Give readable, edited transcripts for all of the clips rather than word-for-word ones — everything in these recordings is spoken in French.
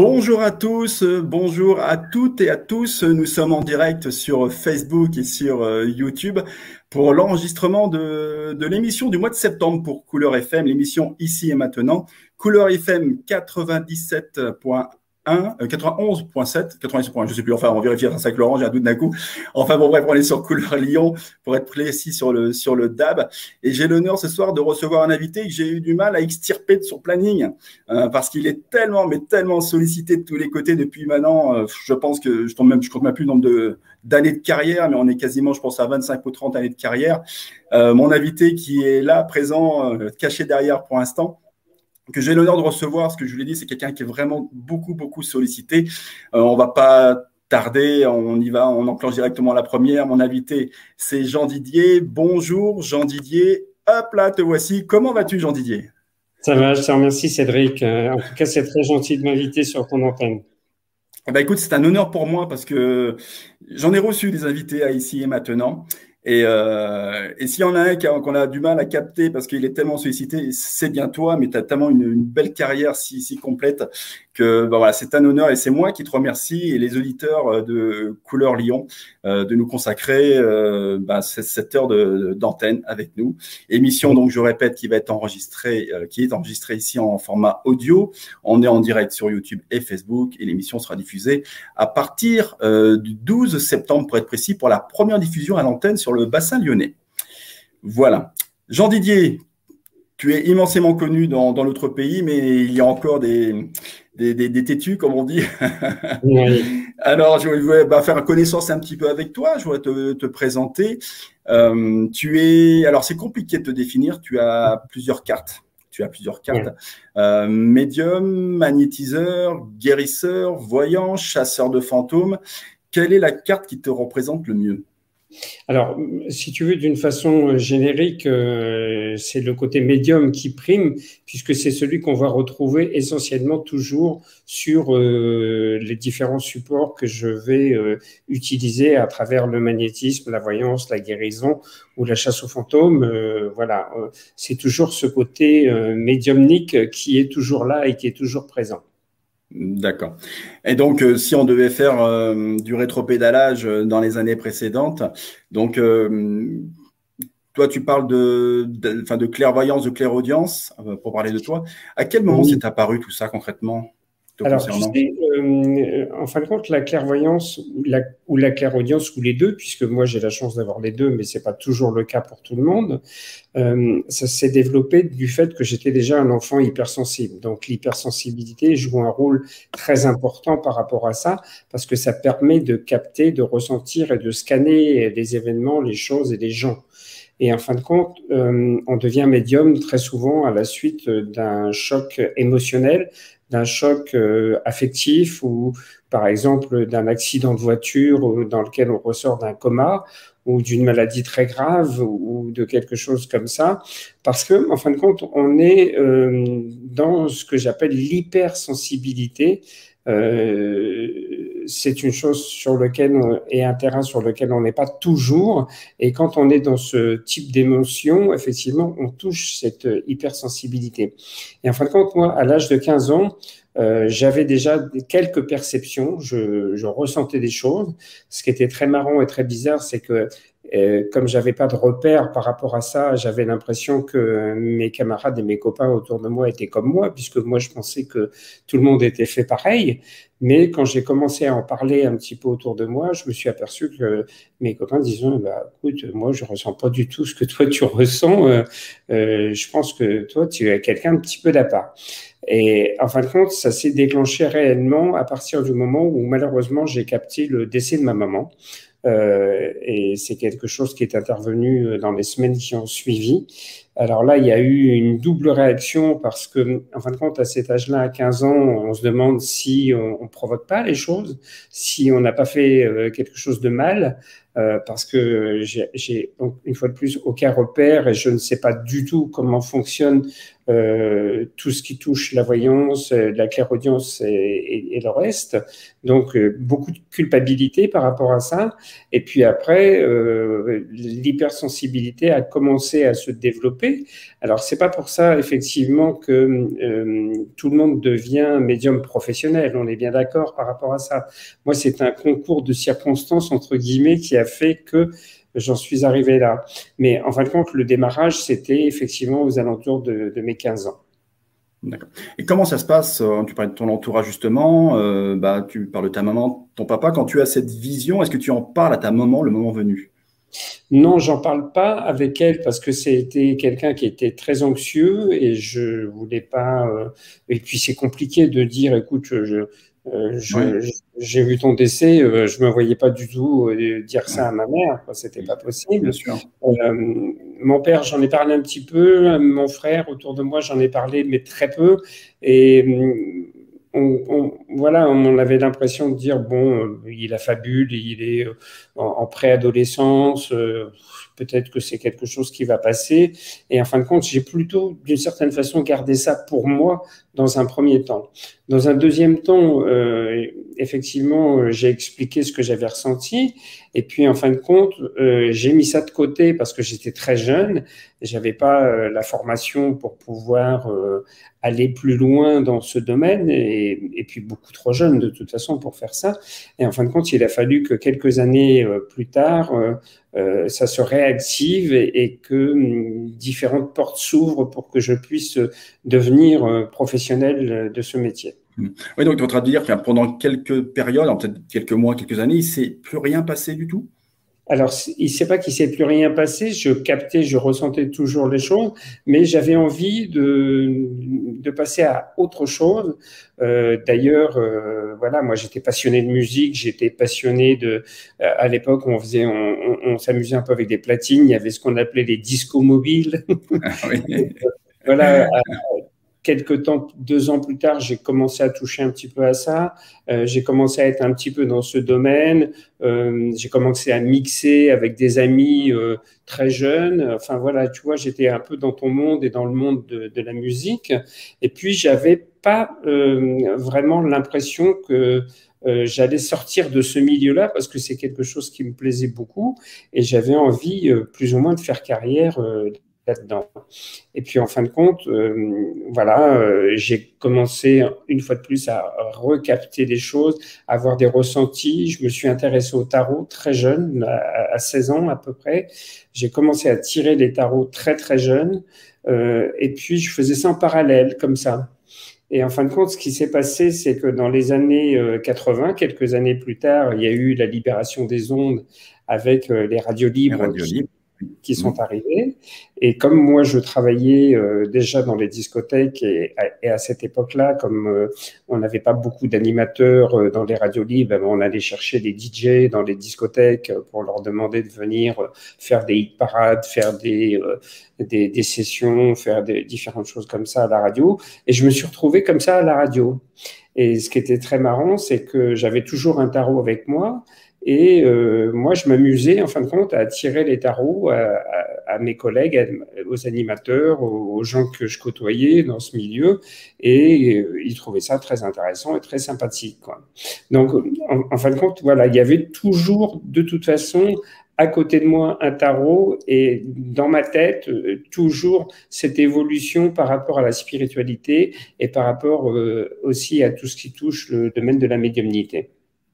Bonjour à tous, bonjour à toutes et à tous. Nous sommes en direct sur Facebook et sur YouTube pour l'enregistrement de l'émission du mois de septembre pour Couleur FM, l'émission Ici et Maintenant. Couleur FM 97.1, 91.7, 90.1, je sais plus, enfin on vérifiera ça avec Laurent, j'ai un doute d'un coup. Enfin bon bref, on est sur Couleur Lyon pour être précis sur le DAB. Et j'ai l'honneur ce soir de recevoir un invité que j'ai eu du mal à extirper de son planning. Parce qu'il est tellement, mais tellement sollicité de tous les côtés depuis maintenant. Je pense que je compte même plus le nombre d'années de carrière, mais on est quasiment, je pense, à 25 ou 30 années de carrière. Mon invité qui est là, présent, caché derrière pour l'instant, que j'ai l'honneur de recevoir, ce que je vous l'ai dit, c'est quelqu'un qui est vraiment beaucoup, beaucoup sollicité. On va pas tarder, on y va, on enclenche directement la première. Mon invité, c'est Jean Didier. Bonjour, Jean Didier. Hop là, te voici. Comment vas-tu, Jean Didier ? Ça va, je te remercie Cédric. En tout cas, c'est très gentil de m'inviter sur ton antenne. Eh ben, écoute, c'est un honneur pour moi parce que j'en ai reçu des invités à Ici et Maintenant. Et s'il y en a un qu'on a du mal à capter parce qu'il est tellement sollicité, c'est bien toi, mais tu as tellement une belle carrière si complète que voilà, c'est un honneur et c'est moi qui te remercie et les auditeurs de Couleur Lyon de nous consacrer cette heure d'antenne avec nous. Émission, donc je répète, qui est enregistrée ici en format audio. On est en direct sur YouTube et Facebook et l'émission sera diffusée à partir du 12 septembre pour être précis pour la première diffusion à l'antenne sur le bassin lyonnais. Voilà. Jean Didier, tu es immensément connu dans notre pays, mais il y a encore des têtus, comme on dit. Oui. Alors, je voulais faire connaissance un petit peu avec toi. Je voudrais te présenter. Alors c'est compliqué de te définir. Tu as plusieurs cartes. Médium, magnétiseur, guérisseur, voyant, chasseur de fantômes. Quelle est la carte qui te représente le mieux ? Alors, si tu veux, d'une façon générique, c'est le côté médium qui prime, puisque c'est celui qu'on va retrouver essentiellement toujours sur les différents supports que je vais utiliser à travers le magnétisme, la voyance, la guérison ou la chasse aux fantômes. Voilà, c'est toujours ce côté médiumnique qui est toujours là et qui est toujours présent. D'accord. Et donc, si on devait faire du rétropédalage dans les années précédentes, donc toi, tu parles de clairvoyance, de clairaudience, pour parler de toi. À quel moment Oui. c'est apparu tout ça concrètement te Alors, tu concernant ? sais, en fin de compte, la clairvoyance ou la clairaudience, ou les deux, puisque moi j'ai la chance d'avoir les deux, mais c'est pas toujours le cas pour tout le monde, ça s'est développé du fait que j'étais déjà un enfant hypersensible. Donc, l'hypersensibilité joue un rôle très important par rapport à ça, parce que ça permet de capter, de ressentir et de scanner les événements, les choses et les gens. Et en fin de compte, on devient médium très souvent à la suite d'un choc émotionnel, d'un choc affectif ou par exemple d'un accident de voiture dans lequel on ressort d'un coma ou d'une maladie très grave ou de quelque chose comme ça, parce que en fin de compte, on est dans ce que j'appelle l'hypersensibilité. C'est une chose sur laquelle et un terrain sur lequel on n'est pas toujours. Et quand on est dans ce type d'émotion, effectivement, on touche cette hypersensibilité. Et en fin de compte, moi, à l'âge de 15 ans, j'avais déjà quelques perceptions, je ressentais des choses. Ce qui était très marrant et très bizarre, c'est que comme j'avais pas de repères par rapport à ça, j'avais l'impression que mes camarades et mes copains autour de moi étaient comme moi, puisque moi je pensais que tout le monde était fait pareil. Mais quand j'ai commencé à en parler un petit peu autour de moi, je me suis aperçu que mes copains disaient bah, écoute, moi je ressens pas du tout ce que toi tu ressens. Je pense que toi tu es quelqu'un un petit peu d'à part. Et en fin de compte, ça s'est déclenché réellement à partir du moment où malheureusement j'ai capté le décès de ma maman. Et c'est quelque chose qui est intervenu dans les semaines qui ont suivi. Alors là, il y a eu une double réaction parce que, en fin de compte, à cet âge-là, à 15 ans, on se demande si on provoque pas les choses, si on n'a pas fait quelque chose de mal, parce que j'ai donc, une fois de plus aucun repère et je ne sais pas du tout comment fonctionne tout ce qui touche la voyance, la clairaudience et le reste. Donc, beaucoup de culpabilité par rapport à ça. Et puis après, l'hypersensibilité a commencé à se développer. Alors, c'est pas pour ça, effectivement, que tout le monde devient médium professionnel. On est bien d'accord par rapport à ça. Moi, c'est un concours de circonstances, entre guillemets, qui a fait que j'en suis arrivé là. Mais en fin de compte, le démarrage, c'était effectivement aux alentours de mes 15 ans. D'accord. Et comment ça se passe? Tu parlais de ton entourage justement, tu parles de ta maman, ton papa. Quand tu as cette vision, est-ce que tu en parles à ta maman le moment venu? Non, j'en parle pas avec elle parce que c'était quelqu'un qui était très anxieux et je voulais pas. Et puis c'est compliqué de dire, écoute, Oui, j'ai vu ton décès, je me voyais pas du tout dire oui, ça à ma mère, quoi, c'était pas bien possible. sûr. Mon père, j'en ai parlé un petit peu, mon frère autour de moi, j'en ai parlé, mais très peu. Et voilà, on avait l'impression de dire, bon, il affabule, il est en préadolescence, peut-être que c'est quelque chose qui va passer. Et en fin de compte, j'ai plutôt, d'une certaine façon, gardé ça pour moi dans un premier temps. Dans un deuxième temps, effectivement, j'ai expliqué ce que j'avais ressenti. Et puis, en fin de compte, j'ai mis ça de côté parce que j'étais très jeune. J'avais pas la formation pour pouvoir aller plus loin dans ce domaine et puis beaucoup trop jeune de toute façon pour faire ça. Et en fin de compte, il a fallu que quelques années plus tard, ça se réactive et que différentes portes s'ouvrent pour que je puisse devenir professionnel de ce métier. Oui, donc tu es en train de dire que pendant quelques périodes, peut-être quelques mois, quelques années, il ne s'est plus rien passé du tout? Alors, il ne sait pas qu'il ne s'est plus rien passé. Je captais, je ressentais toujours les choses, mais j'avais envie de passer à autre chose. D'ailleurs, voilà, moi j'étais passionné de musique, j'étais passionné à l'époque, on s'amusait un peu avec des platines. Il y avait ce qu'on appelait les discos mobiles. Ah, oui. Voilà, quelques temps, 2 ans plus tard, j'ai commencé à toucher un petit peu à ça. J'ai commencé à être un petit peu dans ce domaine. J'ai commencé à mixer avec des amis très jeunes. Enfin voilà, tu vois, j'étais un peu dans ton monde et dans le monde de la musique. Et puis, j'avais pas vraiment l'impression que j'allais sortir de ce milieu-là parce que c'est quelque chose qui me plaisait beaucoup et j'avais envie plus ou moins de faire carrière là-dedans. Et puis en fin de compte, voilà, j'ai commencé une fois de plus à recapter les choses, à avoir des ressentis. Je me suis intéressé au tarot très jeune, à 16 ans à peu près. J'ai commencé à tirer les tarots très très jeune. Et puis je faisais ça en parallèle comme ça. Et en fin de compte, ce qui s'est passé, c'est que dans les années 80, quelques années plus tard, il y a eu la libération des ondes avec les radios Les libres radios libres. qui sont arrivés. Et comme moi, je travaillais déjà dans les discothèques et à cette époque-là, comme on n'avait pas beaucoup d'animateurs dans les radios libres, on allait chercher des DJ dans les discothèques pour leur demander de venir faire des hit parades, faire des sessions, faire différentes choses comme ça à la radio. Et je me suis retrouvé comme ça à la radio. Et ce qui était très marrant, c'est que j'avais toujours un tarot avec moi. Et moi, je m'amusais, en fin de compte, à tirer les tarots à mes collègues, aux animateurs, aux gens que je côtoyais dans ce milieu. Et ils trouvaient ça très intéressant et très sympathique, quoi. Donc, en fin de compte, voilà, il y avait toujours, de toute façon, à côté de moi, un tarot et dans ma tête, toujours cette évolution par rapport à la spiritualité et par rapport aussi à tout ce qui touche le domaine de la médiumnité.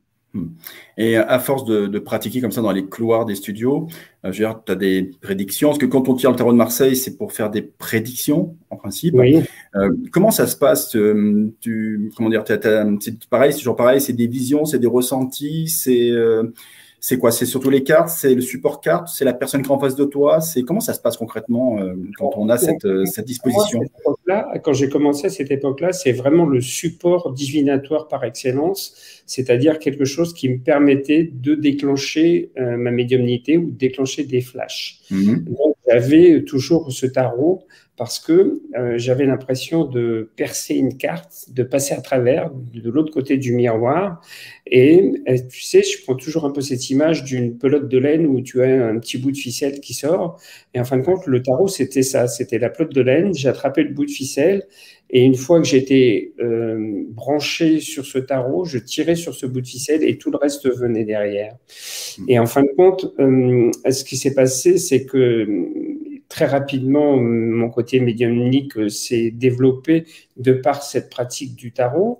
Et à force de pratiquer comme ça dans les couloirs des studios, je veux dire, tu as des prédictions. Parce que quand on tire le tarot de Marseille, c'est pour faire des prédictions, en principe. Oui. Comment ça se passe? Comment dire, c'est pareil, c'est toujours pareil, c'est des visions, c'est des ressentis, c'est quoi? C'est surtout les cartes, c'est le support carte, c'est la personne qui est en face de toi. Comment ça se passe concrètement quand on a cette disposition? Quand j'ai commencé à cette époque-là, c'est vraiment le support divinatoire par excellence, c'est-à-dire quelque chose qui me permettait de déclencher ma médiumnité ou de déclencher des flashs. Donc, j'avais toujours ce tarot parce que j'avais l'impression de percer une carte, de passer à travers, de l'autre côté du miroir. Et tu sais, je prends toujours un peu cette image d'une pelote de laine où tu as un petit bout de ficelle qui sort. Et en fin de compte, le tarot, c'était ça, c'était la pelote de laine. J'ai attrapé le bout de ficelle. Et une fois que j'étais branché sur ce tarot, je tirais sur ce bout de ficelle et tout le reste venait derrière. Et en fin de compte, ce qui s'est passé, c'est que très rapidement, mon côté médiumnique s'est développé de par cette pratique du tarot.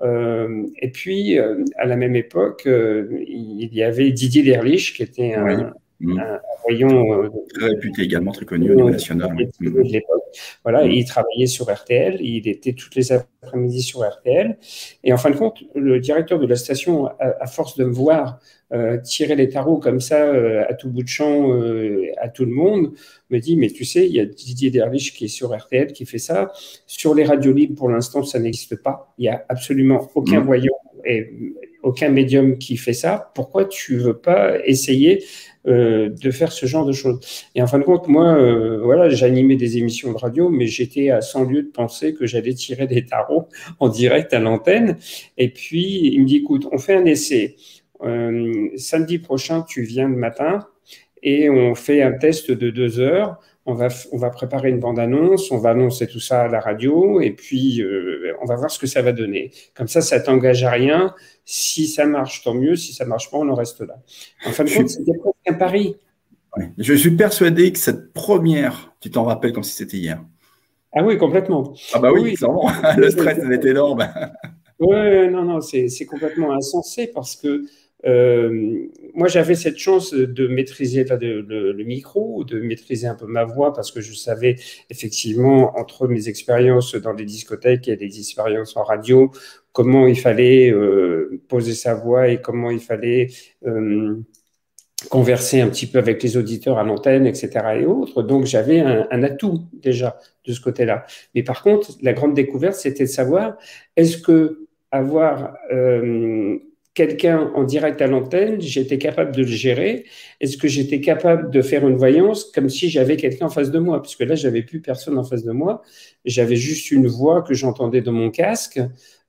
Et puis, à la même époque, il y avait Didier Derlich, qui était un voyant très réputé également, très connu au niveau national. De l'époque. Voilà, il travaillait sur RTL, il était toutes les après-midi sur RTL. Et en fin de compte, le directeur de la station, à force de me voir tirer les tarots comme ça à tout bout de champ à tout le monde, me dit, mais tu sais, il y a Didier Derlich qui est sur RTL qui fait ça. Sur les radios libres, pour l'instant, ça n'existe pas. Il n'y a absolument aucun voyant et aucun médium qui fait ça. Pourquoi tu veux pas essayer de faire ce genre de choses? Et en fin de compte, moi, voilà, j'animais des émissions de radio, mais j'étais à 100 lieues de penser que j'allais tirer des tarots en direct à l'antenne. Et puis, il me dit, écoute, on fait un essai. Samedi prochain, tu viens le matin et on fait un test de 2 heures. On va préparer une bande-annonce, on va annoncer tout ça à la radio et puis on va voir ce que ça va donner. Comme ça t'engage à rien. Si ça marche, tant mieux. Si ça marche pas, on en reste là. En fin de compte, c'était presque un pari. Ouais. Je suis persuadé que cette première, tu t'en rappelles comme si c'était hier. Ah oui, complètement. Ah bah oui, clairement. Le stress était énorme. Ouais, non, c'est complètement insensé parce que moi, j'avais cette chance de maîtriser le micro, de maîtriser un peu ma voix parce que je savais effectivement, entre mes expériences dans les discothèques et les expériences en radio, comment il fallait poser sa voix et comment il fallait converser un petit peu avec les auditeurs à l'antenne, etc. et autres. Donc, j'avais un atout déjà de ce côté-là. Mais par contre, la grande découverte, c'était de savoir est-ce que avoir quelqu'un en direct à l'antenne, j'étais capable de le gérer. Est-ce que j'étais capable de faire une voyance comme si j'avais quelqu'un en face de moi? Puisque là, j'avais plus personne en face de moi. J'avais juste une voix que j'entendais dans mon casque.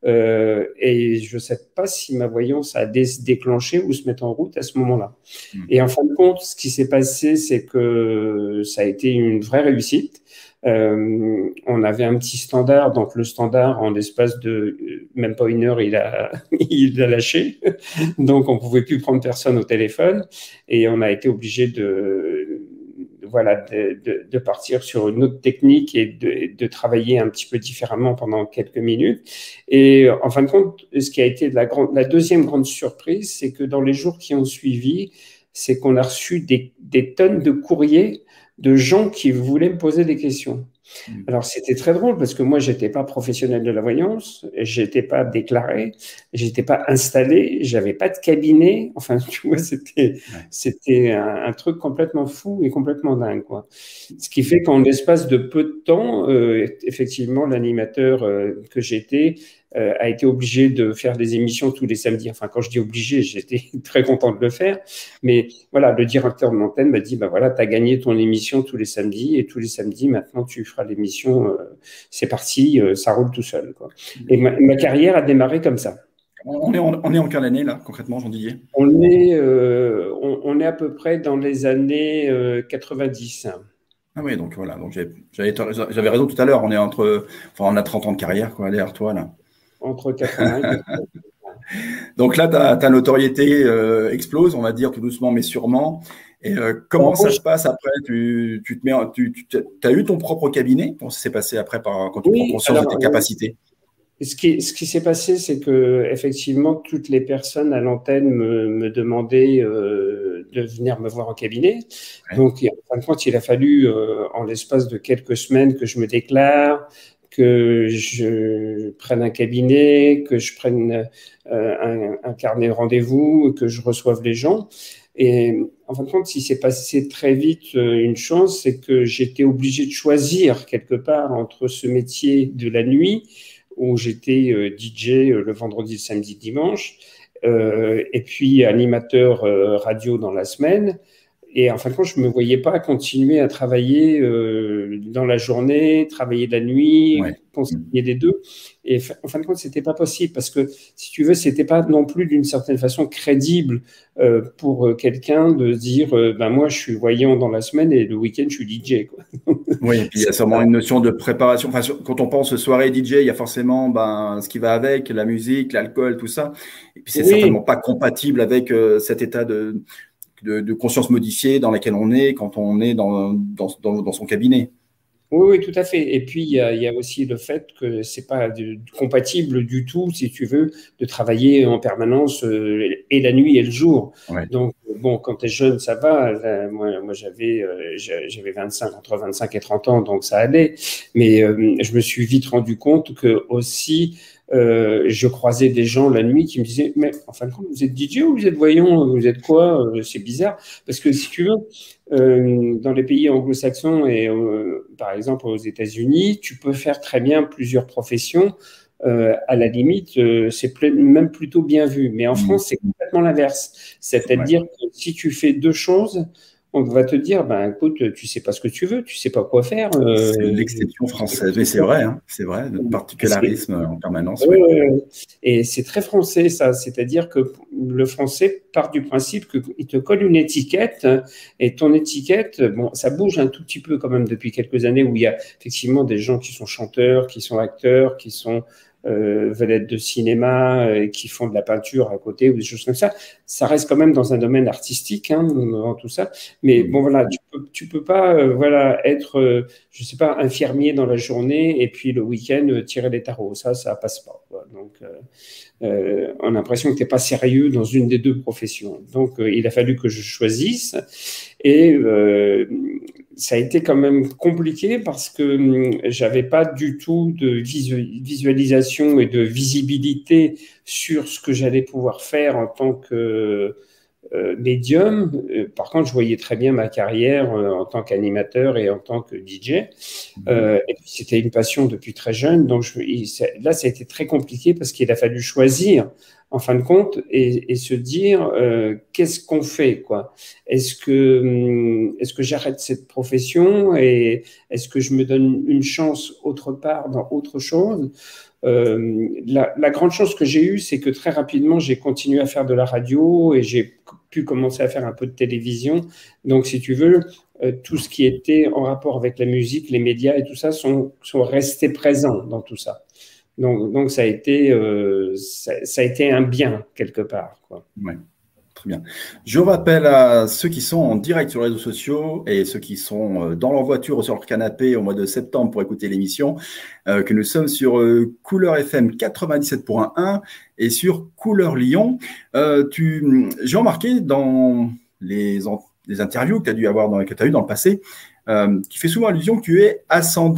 Et je ne sais pas si ma voyance a déclenché ou se mettre en route à ce moment-là. Et en fin de compte, ce qui s'est passé, c'est que ça a été une vraie réussite. On avait un petit standard, donc le standard, en l'espace de même pas une heure, il a lâché. Donc, on pouvait plus prendre personne au téléphone et on a été obligé de partir sur une autre technique et de travailler un petit peu différemment pendant quelques minutes. Et en fin de compte, ce qui a été la deuxième grande surprise, c'est que dans les jours qui ont suivi, c'est qu'on a reçu des tonnes de courriers de gens qui voulaient me poser des questions. Alors, c'était très drôle parce que moi, j'étais pas professionnel de la voyance, j'étais pas déclaré, j'étais pas installé, j'avais pas de cabinet. Enfin, tu vois, c'était un truc complètement fou et complètement dingue, quoi. Ce qui fait qu'en l'espace de peu de temps, effectivement, l'animateur que j'étais a été obligé de faire des émissions tous les samedis. Enfin, quand je dis obligé, j'étais très content de le faire. Mais voilà, le directeur de l'antenne m'a dit, bah voilà, tu as gagné ton émission tous les samedis et tous les samedis, maintenant, tu feras l'émission. C'est parti, ça roule tout seul, quoi. Et ma carrière a démarré comme ça. On est en quelle année, là, concrètement, Jean-Didier? On est à peu près dans les années 90. Ah oui, donc voilà. Donc j'avais raison tout à l'heure. On a 30 ans de carrière, quoi, derrière toi, là. Entre 80 et 90. Donc là, ta notoriété explose, on va dire, tout doucement, mais sûrement. Et comment ça se passe après? Tu as eu ton propre cabinet? Comment ça s'est passé après quand tu prends conscience de tes capacités? Ce qui s'est passé, c'est que effectivement, toutes les personnes à l'antenne me demandaient de venir me voir en cabinet. Ouais. Donc, en fin de compte, il a fallu, en l'espace de quelques semaines, que je me déclare, que je prenne un cabinet, que je prenne un carnet de rendez-vous, que je reçoive les gens. Et en fin de compte, il s'est passé très vite une chose, c'est que j'étais obligé de choisir quelque part entre ce métier de la nuit, où j'étais DJ le vendredi, le samedi, le dimanche, et puis animateur radio dans la semaine. et en fin de compte, je ne me voyais pas continuer à travailler dans la journée, travailler la nuit, Ouais. concilier les deux. Et en fin de compte, ce n'était pas possible parce que, si tu veux, ce n'était pas non plus d'une certaine façon crédible pour quelqu'un de se dire ben moi, je suis voyant dans la semaine et le week-end, je suis DJ, quoi. Oui, et puis il y a sûrement une notion de préparation. Enfin, quand on pense soirée DJ, il y a forcément ce qui va avec, la musique, l'alcool, tout ça. Et puis c'est Oui, certainement pas compatible avec cet état de conscience modifiée dans lequel on est quand on est dans son cabinet. oui, oui, tout à fait. Et puis, il y a aussi le fait que c'est pas compatible du tout, si tu veux, de travailler en permanence et la nuit et le jour. Ouais. Donc, bon, quand tu es jeune, ça va. Là, moi j'avais 25, entre 25 et 30 ans, donc ça allait. Mais je me suis vite rendu compte que aussi, je croisais des gens la nuit qui me disaient, mais en fin de compte, vous êtes DJ ou vous êtes voyant? Vous êtes quoi? C'est bizarre. Parce que si tu veux, dans les pays anglo-saxons et par exemple aux États-Unis, tu peux faire très bien plusieurs professions. À la limite, c'est même plutôt bien vu. Mais en France, c'est complètement l'inverse. Ouais. C'est-à-dire que si tu fais deux choses, on va te dire, ben écoute, tu sais pas ce que tu veux, tu sais pas quoi faire. C'est l'exception française. Mais c'est vrai, hein, c'est vrai, notre particularisme en permanence. Ouais. Et c'est très français, ça. C'est-à-dire que le français part du principe qu'il te colle une étiquette et ton étiquette, bon, ça bouge un tout petit peu quand même depuis quelques années où il y a effectivement des gens qui sont chanteurs, qui sont acteurs, qui sont vedettes de cinéma, qui font de la peinture à côté ou des choses comme ça. Ça reste quand même dans un domaine artistique, hein, dans tout ça. Mais bon, voilà, tu peux pas, voilà, être, je sais pas, infirmier dans la journée et puis le week-end tirer les tarots. Ça passe pas, quoi. Donc, on a l'impression que tu n'es pas sérieux dans une des deux professions. Donc, il a fallu que je choisisse. Et ça a été quand même compliqué parce que j'avais pas du tout de visualisation et de visibilité sur ce que j'allais pouvoir faire en tant que médium. Par contre, je voyais très bien ma carrière en tant qu'animateur et en tant que DJ. Et puis, c'était une passion depuis très jeune. Donc là, ça a été très compliqué parce qu'il a fallu choisir, en fin de compte, et se dire qu'est-ce qu'on fait, quoi. Est-ce que j'arrête cette profession et est-ce que je me donne une chance autre part dans autre chose? La grande chance que j'ai eue, c'est que très rapidement, j'ai continué à faire de la radio et j'ai pu commencer à faire un peu de télévision. Donc, si tu veux, tout ce qui était en rapport avec la musique, les médias et tout ça sont restés présents dans tout ça. Donc ça a été un bien quelque part, quoi. Ouais. Très bien. Je rappelle à ceux qui sont en direct sur les réseaux sociaux et ceux qui sont dans leur voiture ou sur leur canapé au mois de septembre pour écouter l'émission, que nous sommes sur Couleur FM 97.1 et sur Couleur Lyon. J'ai remarqué dans les interviews que tu as dû avoir que tu as eu dans le passé, tu fais souvent allusion que tu es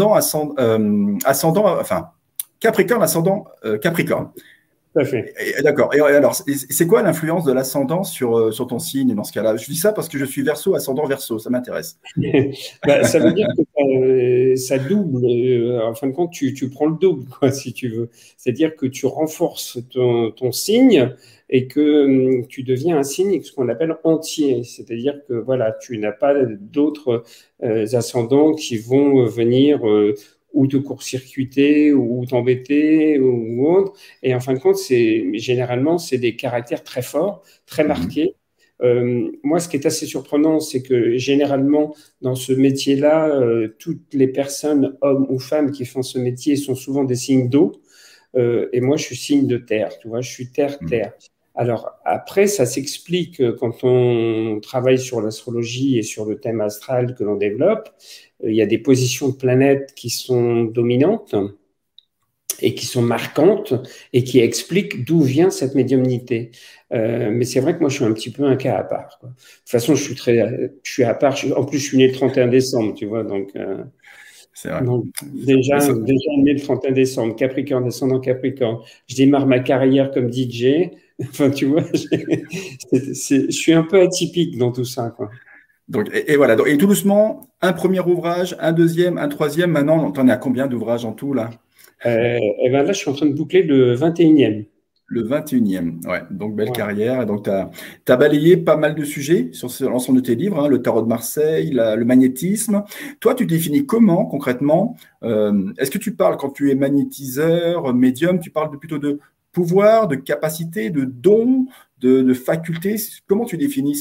Capricorne, ascendant Capricorne. Tout à fait. D'accord. Et alors, c'est quoi l'influence de l'ascendant sur ton signe dans ce cas-là? Je dis ça parce que je suis Verseau, ascendant Verseau, ça m'intéresse. Ça veut dire que ça double. En fin de compte, tu prends le double, quoi, si tu veux. C'est-à-dire que tu renforces ton signe et que tu deviens un signe, ce qu'on appelle entier. C'est-à-dire que voilà, tu n'as pas d'autres ascendants qui vont venir ou te court-circuiter, ou t'embêter, ou autre. Et en fin de compte, généralement, c'est des caractères très forts, très marqués. Moi, ce qui est assez surprenant, c'est que généralement, dans ce métier-là, toutes les personnes, hommes ou femmes, qui font ce métier sont souvent des signes d'eau. Et moi, je suis signe de terre, tu vois, je suis terre-terre. Alors après, ça s'explique quand on travaille sur l'astrologie et sur le thème astral que l'on développe. Il y a des positions de planètes qui sont dominantes et qui sont marquantes et qui expliquent d'où vient cette médiumnité. Mais c'est vrai que moi, je suis un petit peu un cas à part, quoi. De toute façon, je suis à part. En plus, je suis né le 31 décembre, tu vois, donc... C'est vrai. Donc, déjà né le 31 décembre, Capricorne, descendant Capricorne. Je démarre ma carrière comme DJ. Enfin, tu vois, je suis un peu atypique dans tout ça, quoi. Donc, et voilà. Et tout doucement, un premier ouvrage, un deuxième, un troisième. Maintenant, t'en es à combien d'ouvrages en tout, là? Et ben là, je suis en train de boucler le 21e. Le 21e, ouais. Donc, belle Voilà. carrière. Et donc, tu as balayé pas mal de sujets sur l'ensemble de tes livres, hein, le tarot de Marseille, le magnétisme. Toi, tu définis comment, concrètement? Est-ce que tu parles, quand tu es magnétiseur, médium, tu parles plutôt de pouvoir, de capacité, de don, de faculté? Comment tu définis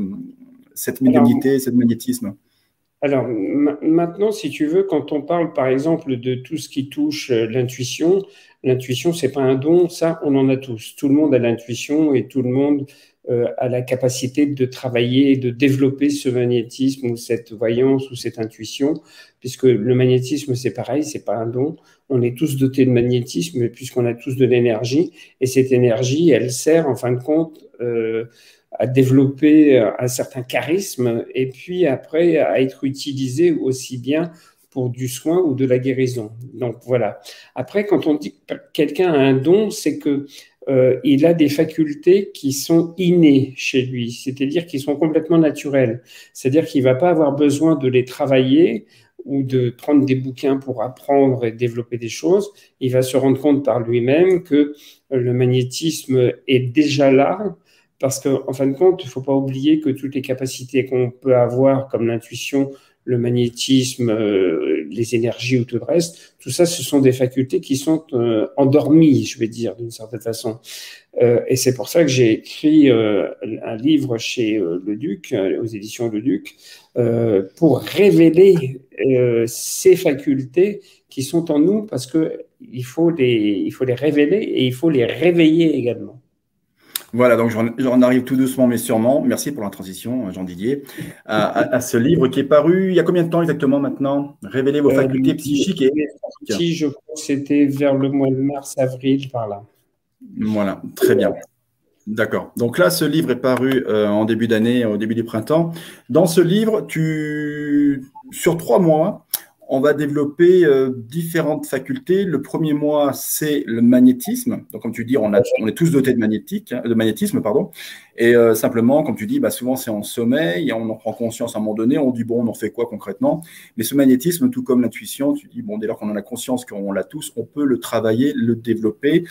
cette Alors, médiumnité, ce magnétisme? Alors, maintenant, si tu veux, quand on parle, par exemple, de tout ce qui touche l'intuition, c'est pas un don, ça, on en a tous. Tout le monde a l'intuition et tout le monde a la capacité de travailler, de développer ce magnétisme ou cette voyance ou cette intuition, puisque le magnétisme, c'est pareil, c'est pas un don. On est tous dotés de magnétisme puisqu'on a tous de l'énergie et cette énergie, elle sert, en fin de compte, à développer un certain charisme et puis après à être utilisé aussi bien pour du soin ou de la guérison. Donc voilà. Après, quand on dit que quelqu'un a un don, c'est que il a des facultés qui sont innées chez lui, c'est-à-dire qui sont complètement naturelles. C'est-à-dire qu'il va pas avoir besoin de les travailler ou de prendre des bouquins pour apprendre et développer des choses. Il va se rendre compte par lui-même que le magnétisme est déjà là parce qu'en fin de compte, il ne faut pas oublier que toutes les capacités qu'on peut avoir, comme l'intuition, le magnétisme, les énergies ou tout le reste, tout ça, ce sont des facultés qui sont endormies, je vais dire, d'une certaine façon. Et c'est pour ça que j'ai écrit un livre chez Le Duc, aux éditions Le Duc, pour révéler ces facultés qui sont en nous, parce qu'il faut il faut les révéler et il faut les réveiller également. Voilà, donc j'en arrive tout doucement mais sûrement. Merci pour la transition, Jean-Didier, à ce livre qui est paru il y a combien de temps exactement maintenant? Révéler vos facultés psychiques et physiques. Si je crois que c'était vers le mois de mars-avril, par là. Voilà, très bien. D'accord. Donc là, ce livre est paru en début d'année, au début du printemps. Dans ce livre, sur 3 mois, on va développer différentes facultés. Le premier mois, c'est le magnétisme. Donc, comme tu dis, on est tous dotés de magnétisme, pardon. Et simplement, comme tu dis, bah, souvent c'est en sommeil, et on en prend conscience à un moment donné, on dit, bon, on en fait quoi concrètement? Mais ce magnétisme, tout comme l'intuition, tu dis, bon, dès lors qu'on en a conscience, qu'on l'a tous, on peut le travailler, le développer.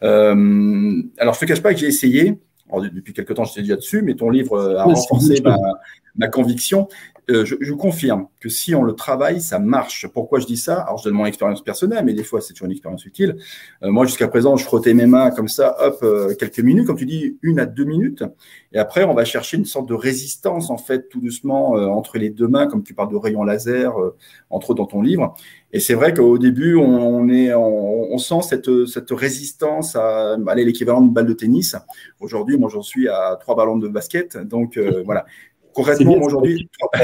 Alors, je ne te cache pas que j'ai essayé. Alors, depuis quelque temps, j'étais déjà dessus, mais ton livre a renforcé ma conviction. Je confirme que si on le travaille, ça marche. Pourquoi je dis ça? Alors, je donne mon expérience personnelle, mais des fois, c'est toujours une expérience utile. Moi, jusqu'à présent, je frottais mes mains comme ça, hop, quelques minutes, comme tu dis, 1 à 2 minutes. Et après, on va chercher une sorte de résistance, en fait, tout doucement, entre les deux mains, comme tu parles de rayons laser, entre autres dans ton livre. Et c'est vrai qu'au début, on sent cette résistance à aller l'équivalent d'une balle de tennis. Aujourd'hui, moi, j'en suis à 3 ballons de basket. Donc, voilà. Concrètement, moi, aujourd'hui,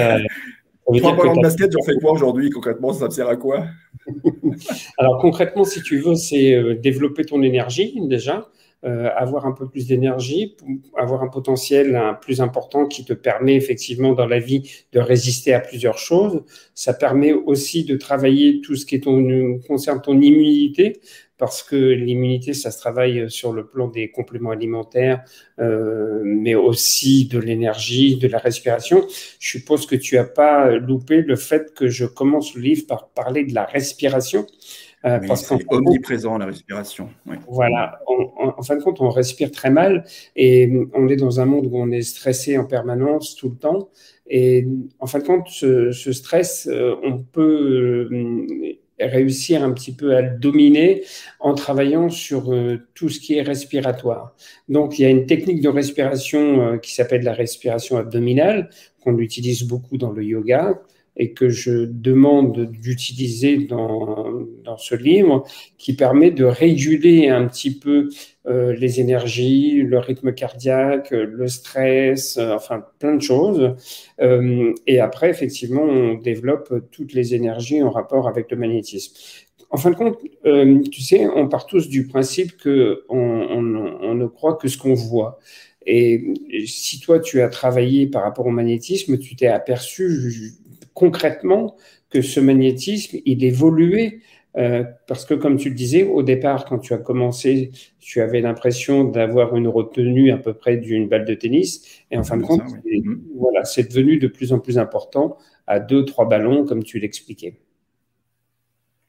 3 ballons de basket, j'en fais quoi aujourd'hui? Concrètement, ça me sert à quoi? Alors concrètement, si tu veux, c'est développer ton énergie déjà, avoir un peu plus d'énergie, avoir un potentiel plus important qui te permet effectivement dans la vie de résister à plusieurs choses. Ça permet aussi de travailler tout ce qui concerne ton immunité, parce que l'immunité, ça se travaille sur le plan des compléments alimentaires, mais aussi de l'énergie, de la respiration. Je suppose que tu n'as pas loupé le fait que je commence le livre par parler de la respiration. Oui, c'est omniprésent, la respiration. Oui. Voilà, en fin de compte, on respire très mal et on est dans un monde où on est stressé en permanence, tout le temps. Et en fin de compte, ce stress, on peut réussir un petit peu à le dominer en travaillant sur tout ce qui est respiratoire. Donc, il y a une technique de respiration qui s'appelle la respiration abdominale, qu'on utilise beaucoup dans le yoga et que je demande d'utiliser dans ce livre, qui permet de réguler un petit peu les énergies, le rythme cardiaque, le stress, enfin plein de choses. Et après, effectivement, on développe toutes les énergies en rapport avec le magnétisme. En fin de compte, tu sais, on part tous du principe qu'on ne croit que ce qu'on voit. Et si toi, tu as travaillé par rapport au magnétisme, tu t'es aperçu concrètement que ce magnétisme, il évoluait. Parce que, comme tu le disais, au départ, quand tu as commencé, tu avais l'impression d'avoir une retenue à peu près d'une balle de tennis. Et en fin de compte, voilà, c'est devenu de plus en plus important à 2, 3 ballons, comme tu l'expliquais.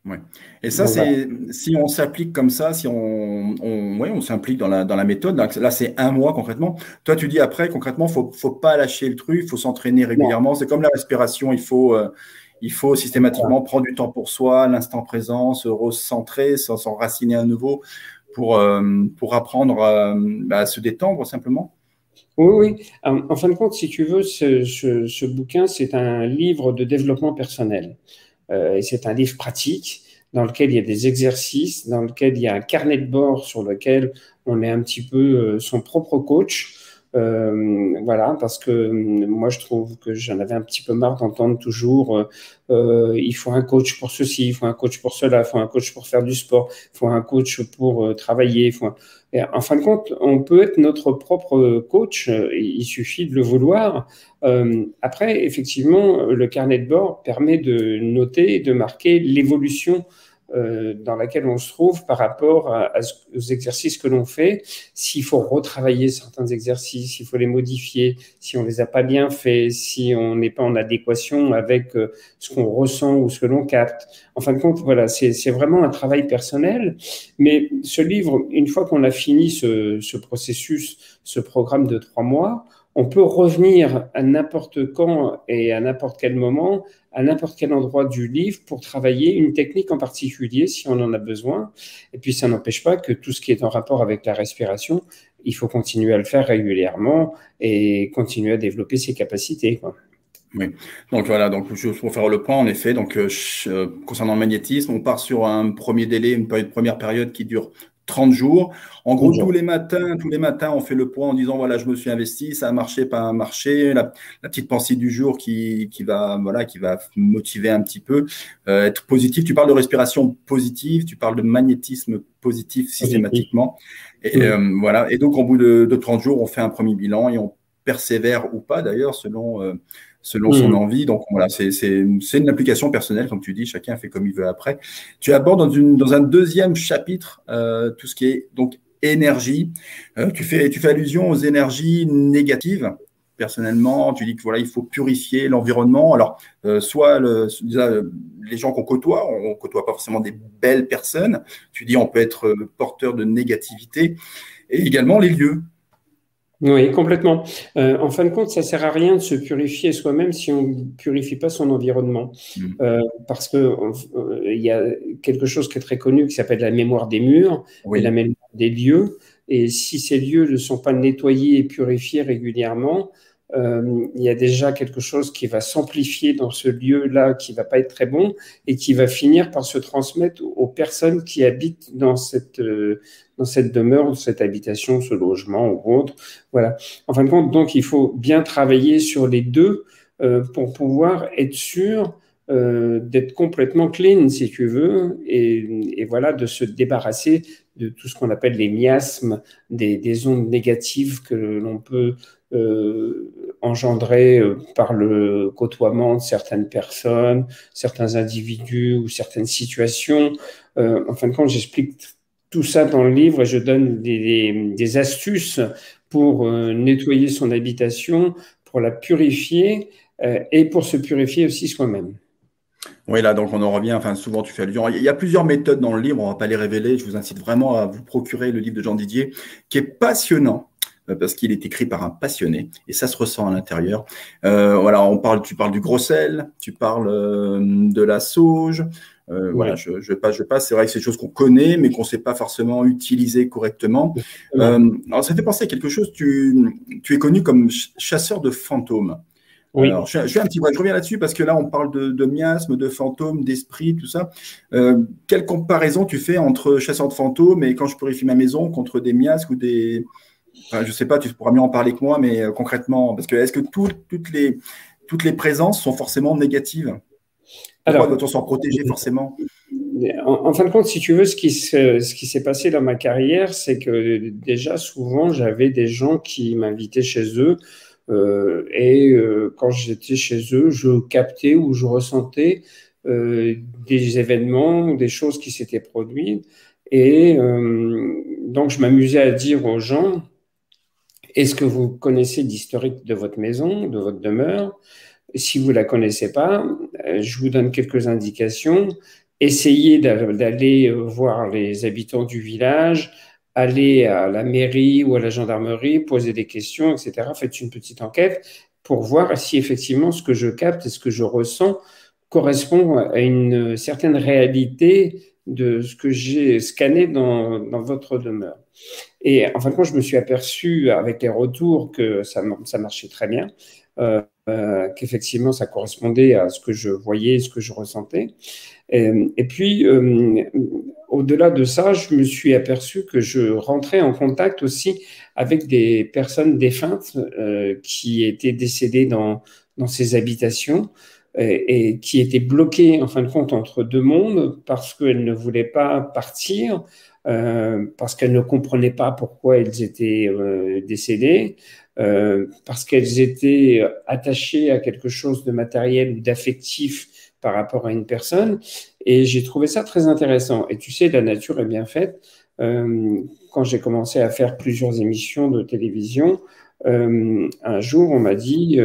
Ouais. Et ça, Donc voilà. c'est si on s'applique comme ça, si ouais, on s'implique dans la méthode. Donc, là, c'est un mois concrètement. Toi, tu dis après, concrètement, faut pas lâcher le truc, il faut s'entraîner Non, régulièrement. C'est comme la respiration, il faut systématiquement prendre du temps pour soi, l'instant présent, se recentrer, s'enraciner à nouveau pour apprendre à se détendre simplement. oui, oui. En fin de compte, si tu veux, ce bouquin, c'est un livre de développement personnel. Et c'est un livre pratique dans lequel il y a des exercices, dans lequel il y a un carnet de bord sur lequel on est un petit peu son propre coach. Voilà, parce que moi, je trouve que j'en avais un petit peu marre d'entendre toujours il faut un coach pour ceci, il faut un coach pour cela, il faut un coach pour faire du sport, il faut un coach pour travailler. Et en fin de compte, on peut être notre propre coach, il suffit de le vouloir. Après, effectivement, le carnet de bord permet de noter, de marquer l'évolution dans laquelle on se trouve par rapport aux exercices que l'on fait, s'il faut retravailler certains exercices, s'il faut les modifier, si on les a pas bien faits, si on n'est pas en adéquation avec ce qu'on ressent ou ce que l'on capte. En fin de compte, voilà, c'est vraiment un travail personnel. Mais ce livre, une fois qu'on a fini ce processus, ce programme de 3 mois, on peut revenir à n'importe quand et à n'importe quel moment, à n'importe quel endroit du livre pour travailler une technique en particulier si on en a besoin. Et puis, ça n'empêche pas que tout ce qui est en rapport avec la respiration, il faut continuer à le faire régulièrement et continuer à développer ses capacités, quoi. Oui. Donc voilà, donc pour faire le point, en effet, donc concernant le magnétisme, on part sur un premier délai, première période qui dure 30 jours. En gros, Bonjour. tous les matins, on fait le point en disant voilà, je me suis investi, ça a marché, pas marché. La petite pensée du jour qui va voilà, qui va motiver un petit peu, être positif. Tu parles de respiration positive, tu parles de magnétisme positif Positif. systématiquement. Et Mm. voilà. Et donc, au bout de 30 jours, on fait un premier bilan et on persévère ou pas d'ailleurs selon son Mm. envie. Donc voilà, c'est une application personnelle, comme tu dis, chacun fait comme il veut après. Tu abordes dans un deuxième chapitre tout ce qui est donc énergie. Tu fais allusion aux énergies négatives. Personnellement, tu dis que voilà, il faut purifier l'environnement. Alors, déjà, les gens qu'on côtoie, on côtoie pas forcément des belles personnes. Tu dis on peut être porteur de négativité et également les lieux. Oui, complètement. En fin de compte, ça sert à rien de se purifier soi-même si on ne purifie pas son environnement. Mm. Parce que il y a quelque chose qui est très connu qui s'appelle la mémoire des murs et la Oui, mémoire des lieux. Et si ces lieux ne sont pas nettoyés et purifiés régulièrement, il y a déjà quelque chose qui va s'amplifier dans ce lieu-là qui va pas être très bon et qui va finir par se transmettre aux personnes qui habitent dans cette demeure, dans cette habitation, ce logement ou autre. Voilà. En fin de compte, donc, il faut bien travailler sur les deux pour pouvoir être sûr d'être complètement clean, si tu veux, et voilà, de se débarrasser de tout ce qu'on appelle les miasmes, des ondes négatives que l'on peut engendrer par le côtoiement de certaines personnes, certains individus ou certaines situations. En fin de compte, j'explique tout ça dans le livre et je donne des astuces pour nettoyer son habitation, pour la purifier et pour se purifier aussi soi-même. oui, là, donc on en revient, enfin, souvent tu fais allusion. Il y a plusieurs méthodes dans le livre, on va pas les révéler. Je vous incite vraiment à vous procurer le livre de Jean Didier, qui est passionnant, parce qu'il est écrit par un passionné, et ça se ressent à l'intérieur. Voilà, tu parles du gros sel, tu parles de la sauge. Voilà, Oui, je passe. C'est vrai que c'est des choses qu'on connaît, mais qu'on ne sait pas forcément utiliser correctement. exactement. Alors, ça fait penser à quelque chose. Tu es connu comme chasseur de fantômes. Alors, Oui. je fais un petit je reviens là-dessus parce que là, on parle de miasmes, de fantômes, d'esprits, tout ça. Quelle comparaison tu fais entre chasseur de fantômes et quand je purifie ma maison contre des miasmes ou des. Enfin, je sais pas, tu pourras mieux en parler que moi, mais concrètement, parce que est-ce que toutes les présences sont forcément négatives? Pourquoi Alors, doit-on s'en protéger forcément? en fin de compte, si tu veux, ce qui s'est passé dans ma carrière, c'est que déjà, souvent, j'avais des gens qui m'invitaient chez eux. Quand j'étais chez eux, je captais ou je ressentais euh, des événements, des choses qui s'étaient produites. Donc, je m'amusais à dire aux gens, est-ce que vous connaissez l'historique de votre maison, de votre demeure? Si vous ne la connaissez pas, je vous donne quelques indications. essayer d'aller voir les habitants du village, aller à la mairie ou à la gendarmerie, poser des questions, etc. Faites une petite enquête pour voir si effectivement ce que je capte et ce que je ressens correspond à une certaine réalité de ce que j'ai scanné dans votre demeure. Et en fin de compte, je me suis aperçu avec les retours que ça marchait très bien, qu'effectivement ça correspondait à ce que je voyais, ce que je ressentais. Et puis, au-delà de ça, je me suis aperçu que je rentrais en contact aussi avec des personnes défuntes qui étaient décédées dans ces habitations et qui étaient bloquées, en fin de compte, entre deux mondes parce qu'elles ne voulaient pas partir, parce qu'elles ne comprenaient pas pourquoi elles étaient décédées, parce qu'elles étaient attachées à quelque chose de matériel ou d'affectif par rapport à une personne. Et j'ai trouvé ça très intéressant. Et tu sais, la nature est bien faite. Quand j'ai commencé à faire plusieurs émissions de télévision, un jour, on m'a dit,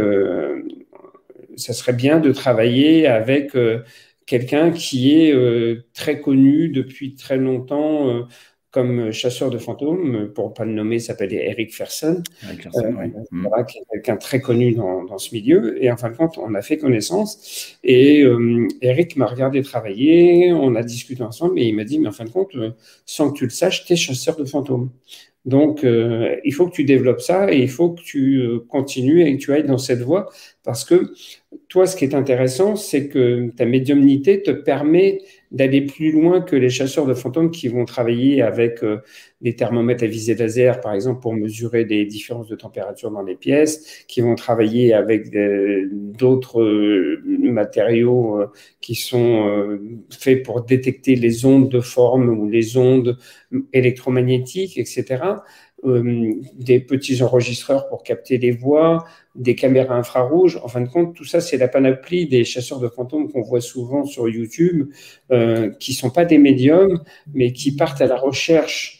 ça serait bien de travailler avec quelqu'un qui est très connu depuis très longtemps comme chasseur de fantômes, pour ne pas le nommer, il s'appelle Eric Fersen. Eric Larsen, oui. Voilà, qui est quelqu'un très connu dans ce milieu. Et en fin de compte, on a fait connaissance. Et Eric m'a regardé travailler, on a discuté ensemble et il m'a dit, mais en fin de compte, sans que tu le saches, tu es chasseur de fantômes. Donc, il faut que tu développes ça et il faut que tu continues et que tu ailles dans cette voie parce que toi, ce qui est intéressant, c'est que ta médiumnité te permet d'aller plus loin que les chasseurs de fantômes qui vont travailler avec des thermomètres à visée laser, par exemple, pour mesurer des différences de température dans les pièces, qui vont travailler avec d'autres matériaux qui sont faits pour détecter les ondes de forme ou les ondes électromagnétiques, etc. Des petits enregistreurs pour capter les voix, des caméras infrarouges. En fin de compte, tout ça, c'est la panoplie des chasseurs de fantômes qu'on voit souvent sur YouTube, qui ne sont pas des médiums, mais qui partent à la recherche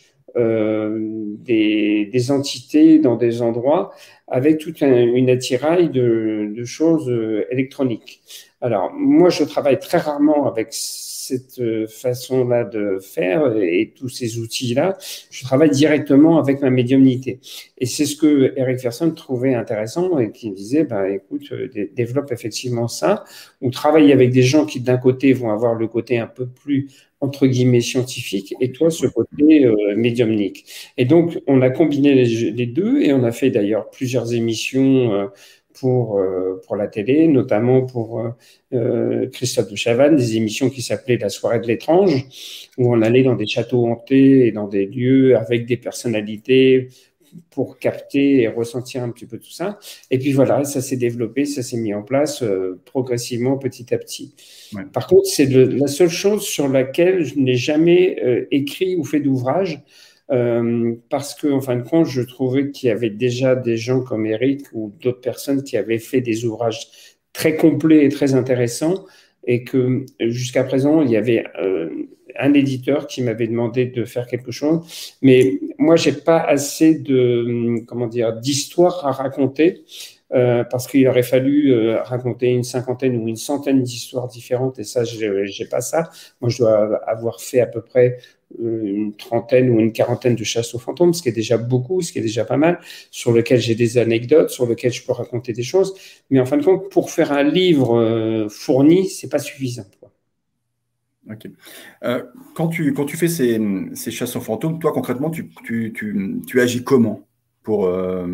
des entités dans des endroits avec toute une attirail de choses électroniques. Alors, moi, je travaille très rarement avec cette façon-là de faire et tous ces outils-là. Je travaille directement avec ma médiumnité. Et c'est ce que Eric Fersen trouvait intéressant et qui me disait, bah, écoute, développe effectivement ça, ou travaille avec des gens qui, d'un côté, vont avoir le côté un peu plus entre guillemets scientifique, et toi, ce côté médiumnique. Et donc, on a combiné les deux, et on a fait d'ailleurs plusieurs émissions pour la télé, notamment pour Christophe de Chavannes, des émissions qui s'appelaient La soirée de l'étrange, où on allait dans des châteaux hantés et dans des lieux avec des personnalités pour capter et ressentir un petit peu tout ça. Et puis voilà, ça s'est développé, ça s'est mis en place progressivement, petit à petit. Ouais. Par contre, c'est la seule chose sur laquelle je n'ai jamais écrit ou fait d'ouvrage, parce que, en fin de compte, je trouvais qu'il y avait déjà des gens comme Eric ou d'autres personnes qui avaient fait des ouvrages très complets et très intéressants, et que jusqu'à présent, il y avait un éditeur qui m'avait demandé de faire quelque chose, mais moi, j'ai pas assez d'histoire à raconter, parce qu'il aurait fallu raconter une cinquantaine ou une centaine d'histoires différentes, et ça, j'ai pas ça. Moi, je dois avoir fait à peu près une trentaine ou une quarantaine de chasses aux fantômes, ce qui est déjà beaucoup, ce qui est déjà pas mal, sur lequel j'ai des anecdotes, sur lequel je peux raconter des choses, mais en fin de compte, pour faire un livre fourni, c'est pas suffisant, quoi. Ok. Quand tu fais ces chasses aux fantômes, toi concrètement, tu agis comment pour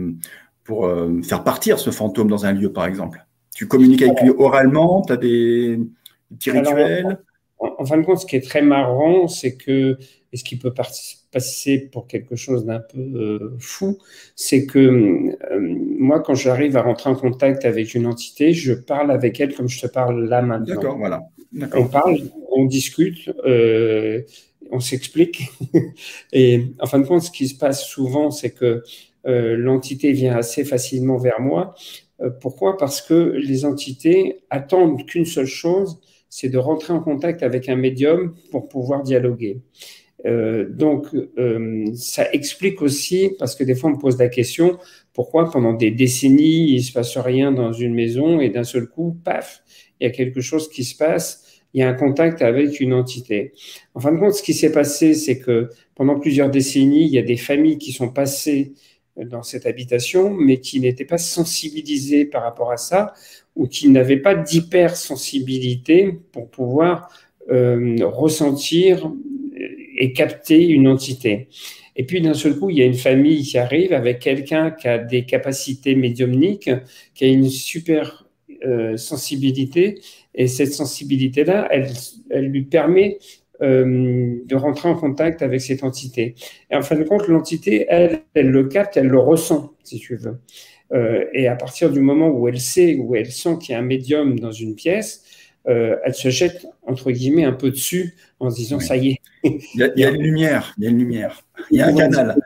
faire partir ce fantôme dans un lieu, par exemple? Tu communiques avec lui oralement, tu as des petits rituels? En fin de compte, ce qui est très marrant, c'est que, et ce qui peut passer pour quelque chose d'un peu fou, c'est que moi, quand j'arrive à rentrer en contact avec une entité, je parle avec elle comme je te parle là maintenant. D'accord, voilà. On parle, on discute, on s'explique. Et en fin de compte, ce qui se passe souvent, c'est que l'entité vient assez facilement vers moi. Pourquoi? Parce que les entités attendent qu'une seule chose, c'est de rentrer en contact avec un médium pour pouvoir dialoguer. Donc, ça explique aussi, parce que des fois on me pose la question, pourquoi pendant des décennies il ne se passe rien dans une maison et d'un seul coup, paf, il y a quelque chose qui se passe, il y a un contact avec une entité. En fin de compte, ce qui s'est passé, c'est que pendant plusieurs décennies, il y a des familles qui sont passées dans cette habitation, mais qui n'étaient pas sensibilisées par rapport à ça, ou qui n'avaient pas d'hypersensibilité pour pouvoir ressentir et capter une entité. Et puis d'un seul coup, il y a une famille qui arrive avec quelqu'un qui a des capacités médiumniques, qui a une super sensibilité, et cette sensibilité-là, elle lui permet de rentrer en contact avec cette entité. Et en fin de compte, l'entité, elle le capte, elle le ressent, si tu veux. Et à partir du moment où elle sait, où elle sent qu'il y a un médium dans une pièce, elle se jette, entre guillemets, un peu dessus en se disant, ça y est. Il y a une lumière, il y a une lumière, il y a un canal.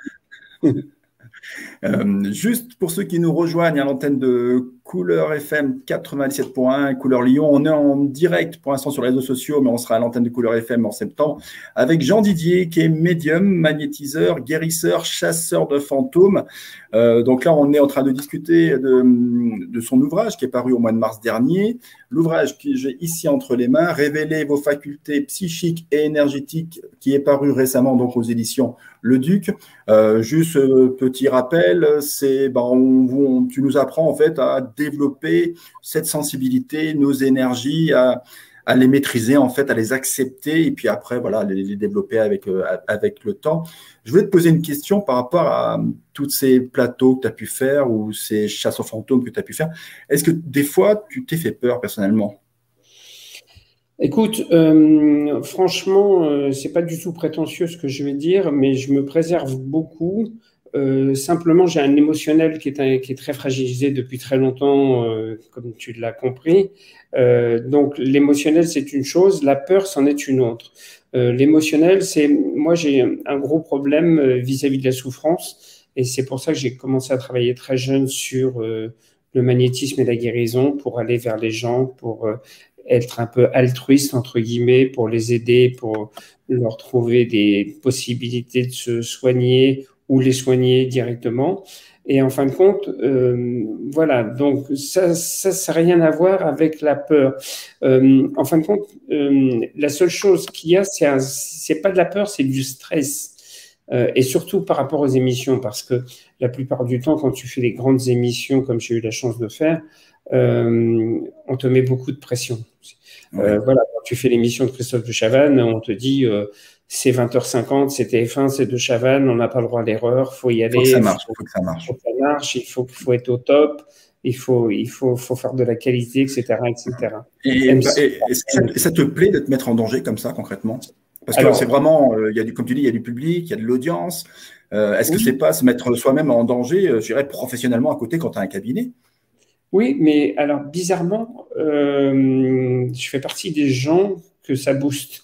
Juste pour ceux qui nous rejoignent à l'antenne de Couleur FM 97.1, Couleur Lyon, on est en direct pour l'instant sur les réseaux sociaux, mais on sera à l'antenne de Couleur FM en septembre, avec Jean Didier, qui est médium, magnétiseur, guérisseur, chasseur de fantômes. Donc là, on est en train de discuter de son ouvrage qui est paru au mois de mars dernier. L'ouvrage que j'ai ici entre les mains, Révéler vos facultés psychiques et énergétiques, qui est paru récemment donc aux éditions Le Duc. Juste petit rappel, c'est tu nous apprends en fait à développer cette sensibilité, nos énergies, à les maîtriser en fait, à les accepter et puis après voilà les développer avec le temps. Je voulais te poser une question par rapport à tous ces plateaux que tu as pu faire ou ces chasses aux fantômes que tu as pu faire. Est-ce que des fois tu t'es fait peur personnellement? Écoute, franchement, c'est pas du tout prétentieux ce que je vais dire, mais je me préserve beaucoup. Simplement, j'ai un émotionnel qui est très fragilisé depuis très longtemps, comme tu l'as compris. Donc, l'émotionnel, c'est une chose, la peur, c'en est une autre. L'émotionnel, moi, j'ai un gros problème vis-à-vis de la souffrance, et c'est pour ça que j'ai commencé à travailler très jeune sur le magnétisme et la guérison pour aller vers les gens, pour être un peu altruiste, entre guillemets, pour les aider, pour leur trouver des possibilités de se soigner ou les soigner directement. Et en fin de compte, voilà, donc ça n'a rien à voir avec la peur. En fin de compte, la seule chose qu'il y a, c'est pas de la peur, c'est du stress. Et surtout par rapport aux émissions, parce que la plupart du temps, quand tu fais les grandes émissions, comme j'ai eu la chance de faire, on te met beaucoup de pression. Voilà, quand tu fais l'émission de Christophe de Chavannes, on te dit c'est 20h50, c'est TF1, c'est de Chavannes, on n'a pas le droit à l'erreur, faut y aller. Faut que ça marche, faut que ça marche. Faut que ça marche, il faut être au top, il faut faire de la qualité, etc., etc. Et ça te plaît de te mettre en danger comme ça concrètement? Parce que c'est vraiment, comme tu dis, il y a du public, il y a de l'audience. Est-ce que c'est pas se mettre soi-même en danger, je dirais professionnellement à côté quand tu as un cabinet? Oui, mais alors bizarrement, je fais partie des gens que ça booste.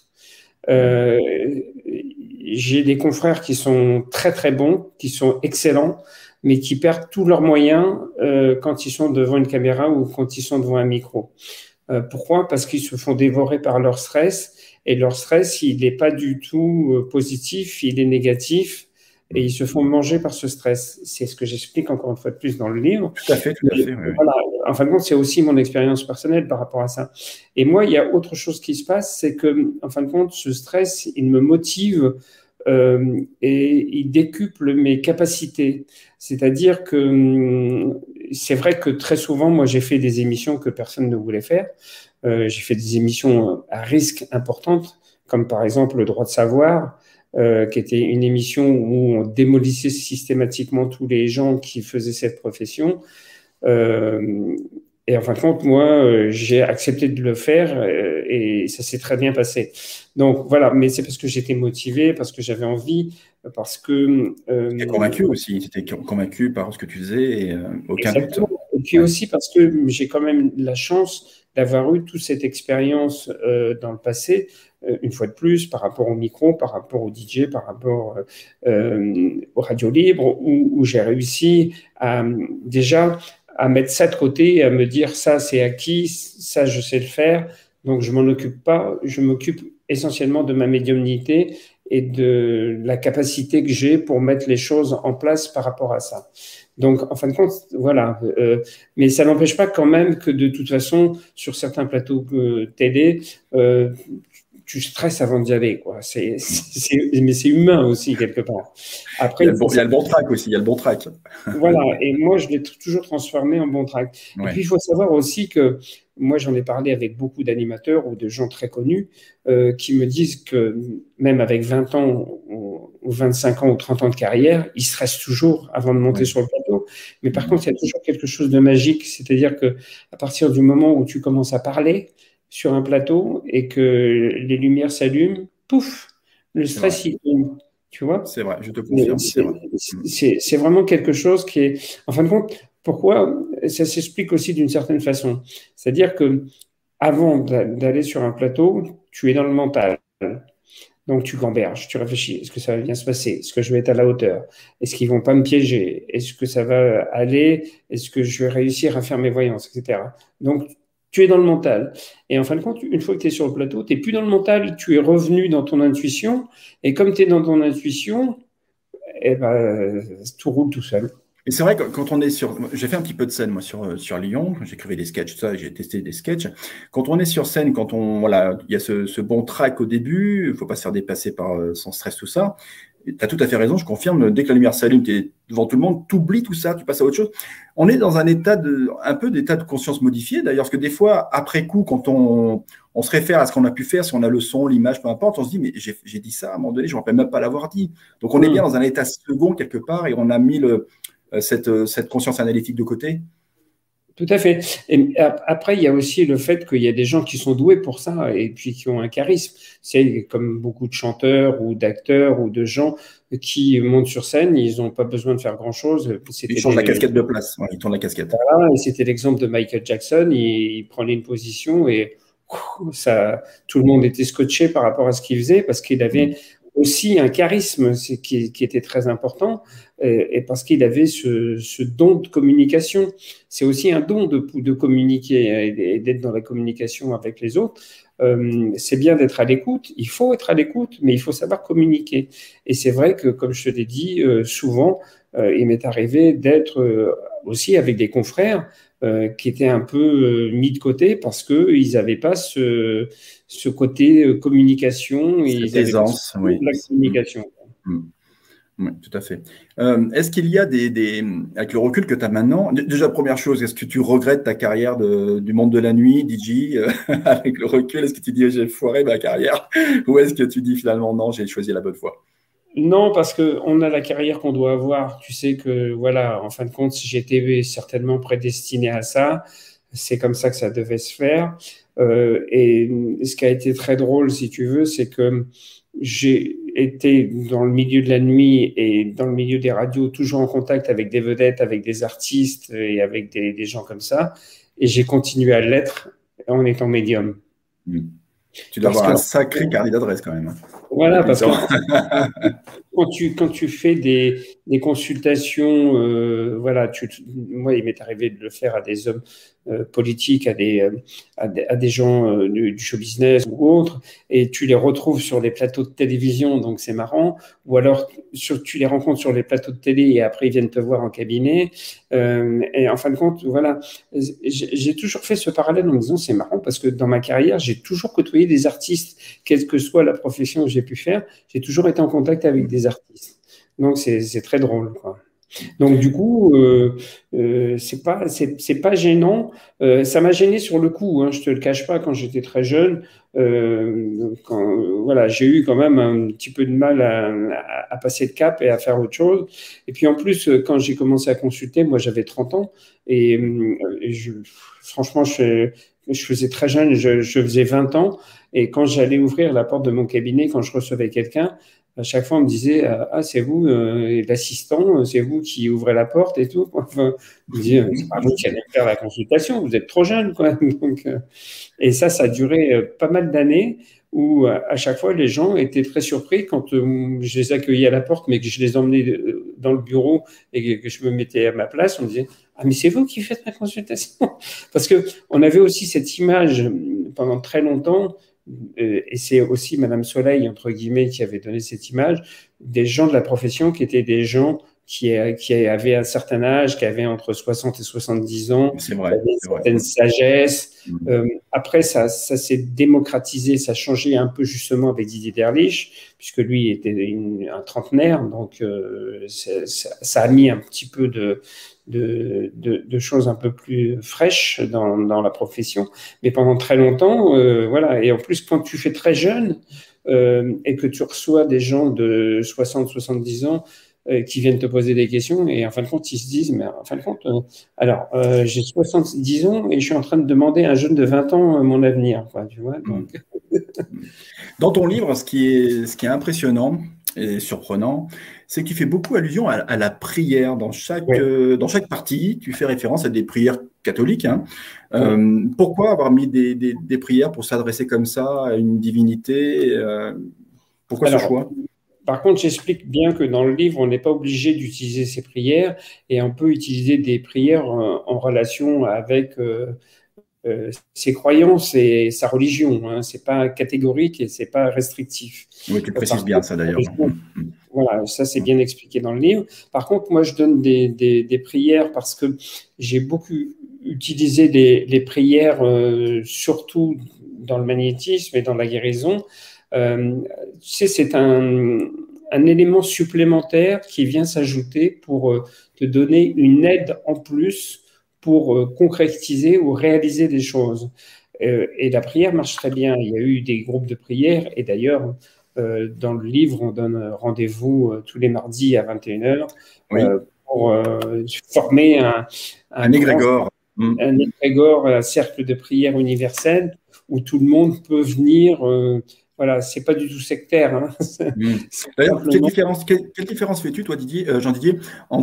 J'ai des confrères qui sont très très bons, qui sont excellents, mais qui perdent tous leurs moyens quand ils sont devant une caméra ou quand ils sont devant un micro. Pourquoi? Parce qu'ils se font dévorer par leur stress, et leur stress, il n'est pas du tout positif, il est négatif. Et ils se font manger par ce stress. C'est ce que j'explique encore une fois de plus dans le livre. Tout à fait, tout à fait. Oui. Voilà. En fin de compte, c'est aussi mon expérience personnelle par rapport à ça. Et moi, il y a autre chose qui se passe, c'est que, en fin de compte, ce stress, il me motive et il décuple mes capacités. C'est-à-dire que c'est vrai que très souvent, moi, j'ai fait des émissions que personne ne voulait faire. J'ai fait des émissions à risque importantes, comme par exemple Le Droit de savoir. Qui était une émission où on démolissait systématiquement tous les gens qui faisaient cette profession. Et en fin de compte, moi, j'ai accepté de le faire et ça s'est très bien passé. Donc voilà, mais c'est parce que j'étais motivé, parce que j'avais envie, parce que... Tu es convaincu aussi, tu étais convaincu par ce que tu faisais et aucun doute. Et puis aussi parce que j'ai quand même la chance d'avoir eu toute cette expérience dans le passé, une fois de plus, par rapport au micro, par rapport au DJ, par rapport aux radios libres, où j'ai réussi déjà à mettre ça de côté et à me dire ça c'est acquis, ça je sais le faire, donc je m'en occupe pas, je m'occupe essentiellement de ma médiumnité et de la capacité que j'ai pour mettre les choses en place par rapport à ça. Donc, en fin de compte, voilà. Mais ça n'empêche pas quand même que de toute façon, sur certains plateaux télé, tu stresses avant d'y aller, quoi. Mais c'est humain aussi, quelque part. Après, il y a le bon track aussi, il y a le bon track. voilà, et moi, je l'ai toujours transformé en bon track. Et Ouais. puis, il faut savoir aussi que moi, j'en ai parlé avec beaucoup d'animateurs ou de gens très connus qui me disent que même avec 20 ans ou 25 ans ou 30 ans de carrière, ils stressent toujours avant de monter Ouais. sur le plateau. Mais par contre, il y a toujours quelque chose de magique, c'est-à-dire que à partir du moment où tu commences à parler sur un plateau et que les lumières s'allument, pouf, le C'est vrai. stress, il tombe, tu vois? C'est vrai, je te confirme, c'est vrai. C'est vraiment quelque chose qui est, en fin de compte, pourquoi ça s'explique aussi d'une certaine façon. C'est-à-dire que avant d'aller sur un plateau, tu es dans le mental. Donc tu gamberges, tu réfléchis. Est-ce que ça va bien se passer? Est-ce que je vais être à la hauteur? Est-ce qu'ils vont pas me piéger? Est-ce que ça va aller? Est-ce que je vais réussir à faire mes voyances, etc. Donc tu es dans le mental. Et en fin de compte, une fois que tu es sur le plateau, tu n'es plus dans le mental, tu es revenu dans ton intuition. Et comme tu es dans ton intuition, eh ben, tout roule tout seul. Et c'est vrai que quand on est sur, j'ai fait un petit peu de scène moi sur Lyon, j'écrivais des sketchs, tout ça, j'ai testé des sketchs. Quand on est sur scène, quand on voilà, il y a ce bon track au début, il faut pas se faire dépasser par son stress tout ça. Tu as tout à fait raison, je confirme. Dès que la lumière s'allume, tu es devant tout le monde, tu oublies tout ça, tu passes à autre chose. On est dans un peu d'état de conscience modifié d'ailleurs, parce que des fois, après coup, quand on se réfère à ce qu'on a pu faire, si on a le son, l'image, peu importe, on se dit mais j'ai dit ça à un moment donné, je ne me rappelle même pas l'avoir dit. Donc on est bien dans un état second quelque part et on a mis cette conscience analytique de côté. Tout à fait. Et après, il y a aussi le fait qu'il y a des gens qui sont doués pour ça et puis qui ont un charisme. C'est comme beaucoup de chanteurs ou d'acteurs ou de gens qui montent sur scène, ils n'ont pas besoin de faire grand-chose. Ils changent la casquette de place, ouais, ils tournent la casquette. Voilà, et c'était l'exemple de Michael Jackson. Il prenait une position et ça, tout le monde était scotché par rapport à ce qu'il faisait parce qu'il avait aussi un charisme qui était très important et parce qu'il avait ce don de communication. C'est aussi un don de communiquer et d'être dans la communication avec les autres. C'est bien d'être à l'écoute, il faut être à l'écoute, mais il faut savoir communiquer. Et c'est vrai que, comme je te l'ai dit, souvent, il m'est arrivé d'être aussi avec des confrères qui étaient un peu mis de côté parce qu'ils n'avaient pas ce côté communication et Cette ils avaient aisance, oui. la communication. Oui, tout à fait. Est-ce qu'il y a avec le recul que tu as maintenant, déjà première chose, est-ce que tu regrettes ta carrière du monde de la nuit, DJ, avec le recul, est-ce que tu dis j'ai foiré ma carrière ou est-ce que tu dis finalement non, j'ai choisi la bonne voie? Non, parce qu'on a la carrière qu'on doit avoir. Tu sais que, voilà, en fin de compte, si j'étais certainement prédestiné à ça, c'est comme ça que ça devait se faire. Et ce qui a été très drôle, si tu veux, c'est que j'ai été dans le milieu de la nuit et dans le milieu des radios, toujours en contact avec des vedettes, avec des artistes et avec des gens comme ça. Et j'ai continué à l'être en étant médium. Tu dois Parce avoir que, un sacré carnet d'adresses quand même. voilà, Depuis le parce que temps. quand tu fais des consultations, voilà, moi, il m'est arrivé de le faire à des hommes politiques, à des gens du show business ou autres, et tu les retrouves sur les plateaux de télévision, donc c'est marrant, ou alors tu les rencontres sur les plateaux de télé et après ils viennent te voir en cabinet. Et en fin de compte, voilà, j'ai toujours fait ce parallèle en me disant c'est marrant parce que dans ma carrière, j'ai toujours côtoyé des artistes, quelle que soit la profession que j'ai pu faire, j'ai toujours été en contact avec des artistes. Donc c'est très drôle, quoi. Donc du coup, c'est pas gênant. Ça m'a gêné sur le coup, hein, je te le cache pas, quand j'étais très jeune. Voilà, j'ai eu quand même un petit peu de mal à passer le cap et à faire autre chose. Et puis en plus, quand j'ai commencé à consulter, moi j'avais 30 ans et, franchement, je faisais très jeune, je faisais 20 ans. Et quand j'allais ouvrir la porte de mon cabinet, quand je recevais quelqu'un, à chaque fois, on me disait ah, c'est vous, l'assistant, c'est vous qui ouvrez la porte et tout. Enfin, je me disais, c'est pas vous qui allez faire la consultation, vous êtes trop jeune, quoi. Donc, et ça a duré pas mal d'années où à chaque fois, les gens étaient très surpris quand je les accueillais à la porte, mais que je les emmenais dans le bureau et que je me mettais à ma place. On me disait ah, mais c'est vous qui faites la consultation. Parce que on avait aussi cette image pendant très longtemps et c'est aussi Madame Soleil, entre guillemets, qui avait donné cette image, des gens de la profession qui étaient des gens qui avait un certain âge, qui avait entre 60 et 70 ans, C'est qui vrai, avait une c'est vrai. certaine sagesse. Mm. Après, ça s'est démocratisé, ça a changé un peu justement avec Didier Derlich, puisque lui était un trentenaire, donc ça a mis un petit peu de choses un peu plus fraîches dans la profession. Mais pendant très longtemps, voilà. Et en plus, quand tu fais très jeune et que tu reçois des gens de 60, 70 ans qui viennent te poser des questions, et en fin de compte, ils se disent, mais en fin de compte, j'ai 70 ans et je suis en train de demander à un jeune de 20 ans mon avenir, quoi, tu vois. Mm. Donc, Dans ton livre, ce qui est impressionnant et surprenant, c'est que tu fais beaucoup allusion à la prière. oui, Dans chaque partie, tu fais référence à des prières catholiques, hein. oui. Pourquoi avoir mis des prières pour s'adresser comme ça à une divinité? Pourquoi ce Alors, choix? par contre, j'explique bien que dans le livre, on n'est pas obligé d'utiliser ces prières et on peut utiliser des prières en relation avec ses croyances et sa religion, hein. C'est pas catégorique et c'est pas restrictif. Oui, tu précises Par bien contre, ça pour d'ailleurs. les gens, voilà, ça c'est bien expliqué dans le livre. Par contre, moi je donne des prières parce que j'ai beaucoup utilisé les prières, surtout dans le magnétisme et dans la guérison. Euh, Tu sais, c'est un élément supplémentaire qui vient s'ajouter pour te donner une aide en plus pour concrétiser ou réaliser des choses. Et la prière marche très bien. Il y a eu des groupes de prière et d'ailleurs, dans le livre, on donne rendez-vous tous les mardis à 21h Oui, pour former un un grand égrégore. Mm. un égrégore, un cercle de prière universel où tout le monde peut venir. Voilà, c'est pas du tout sectaire, hein. Mm. C'est D'ailleurs, simplement. quelle différence fais-tu, toi, Didier, Jean-Didier,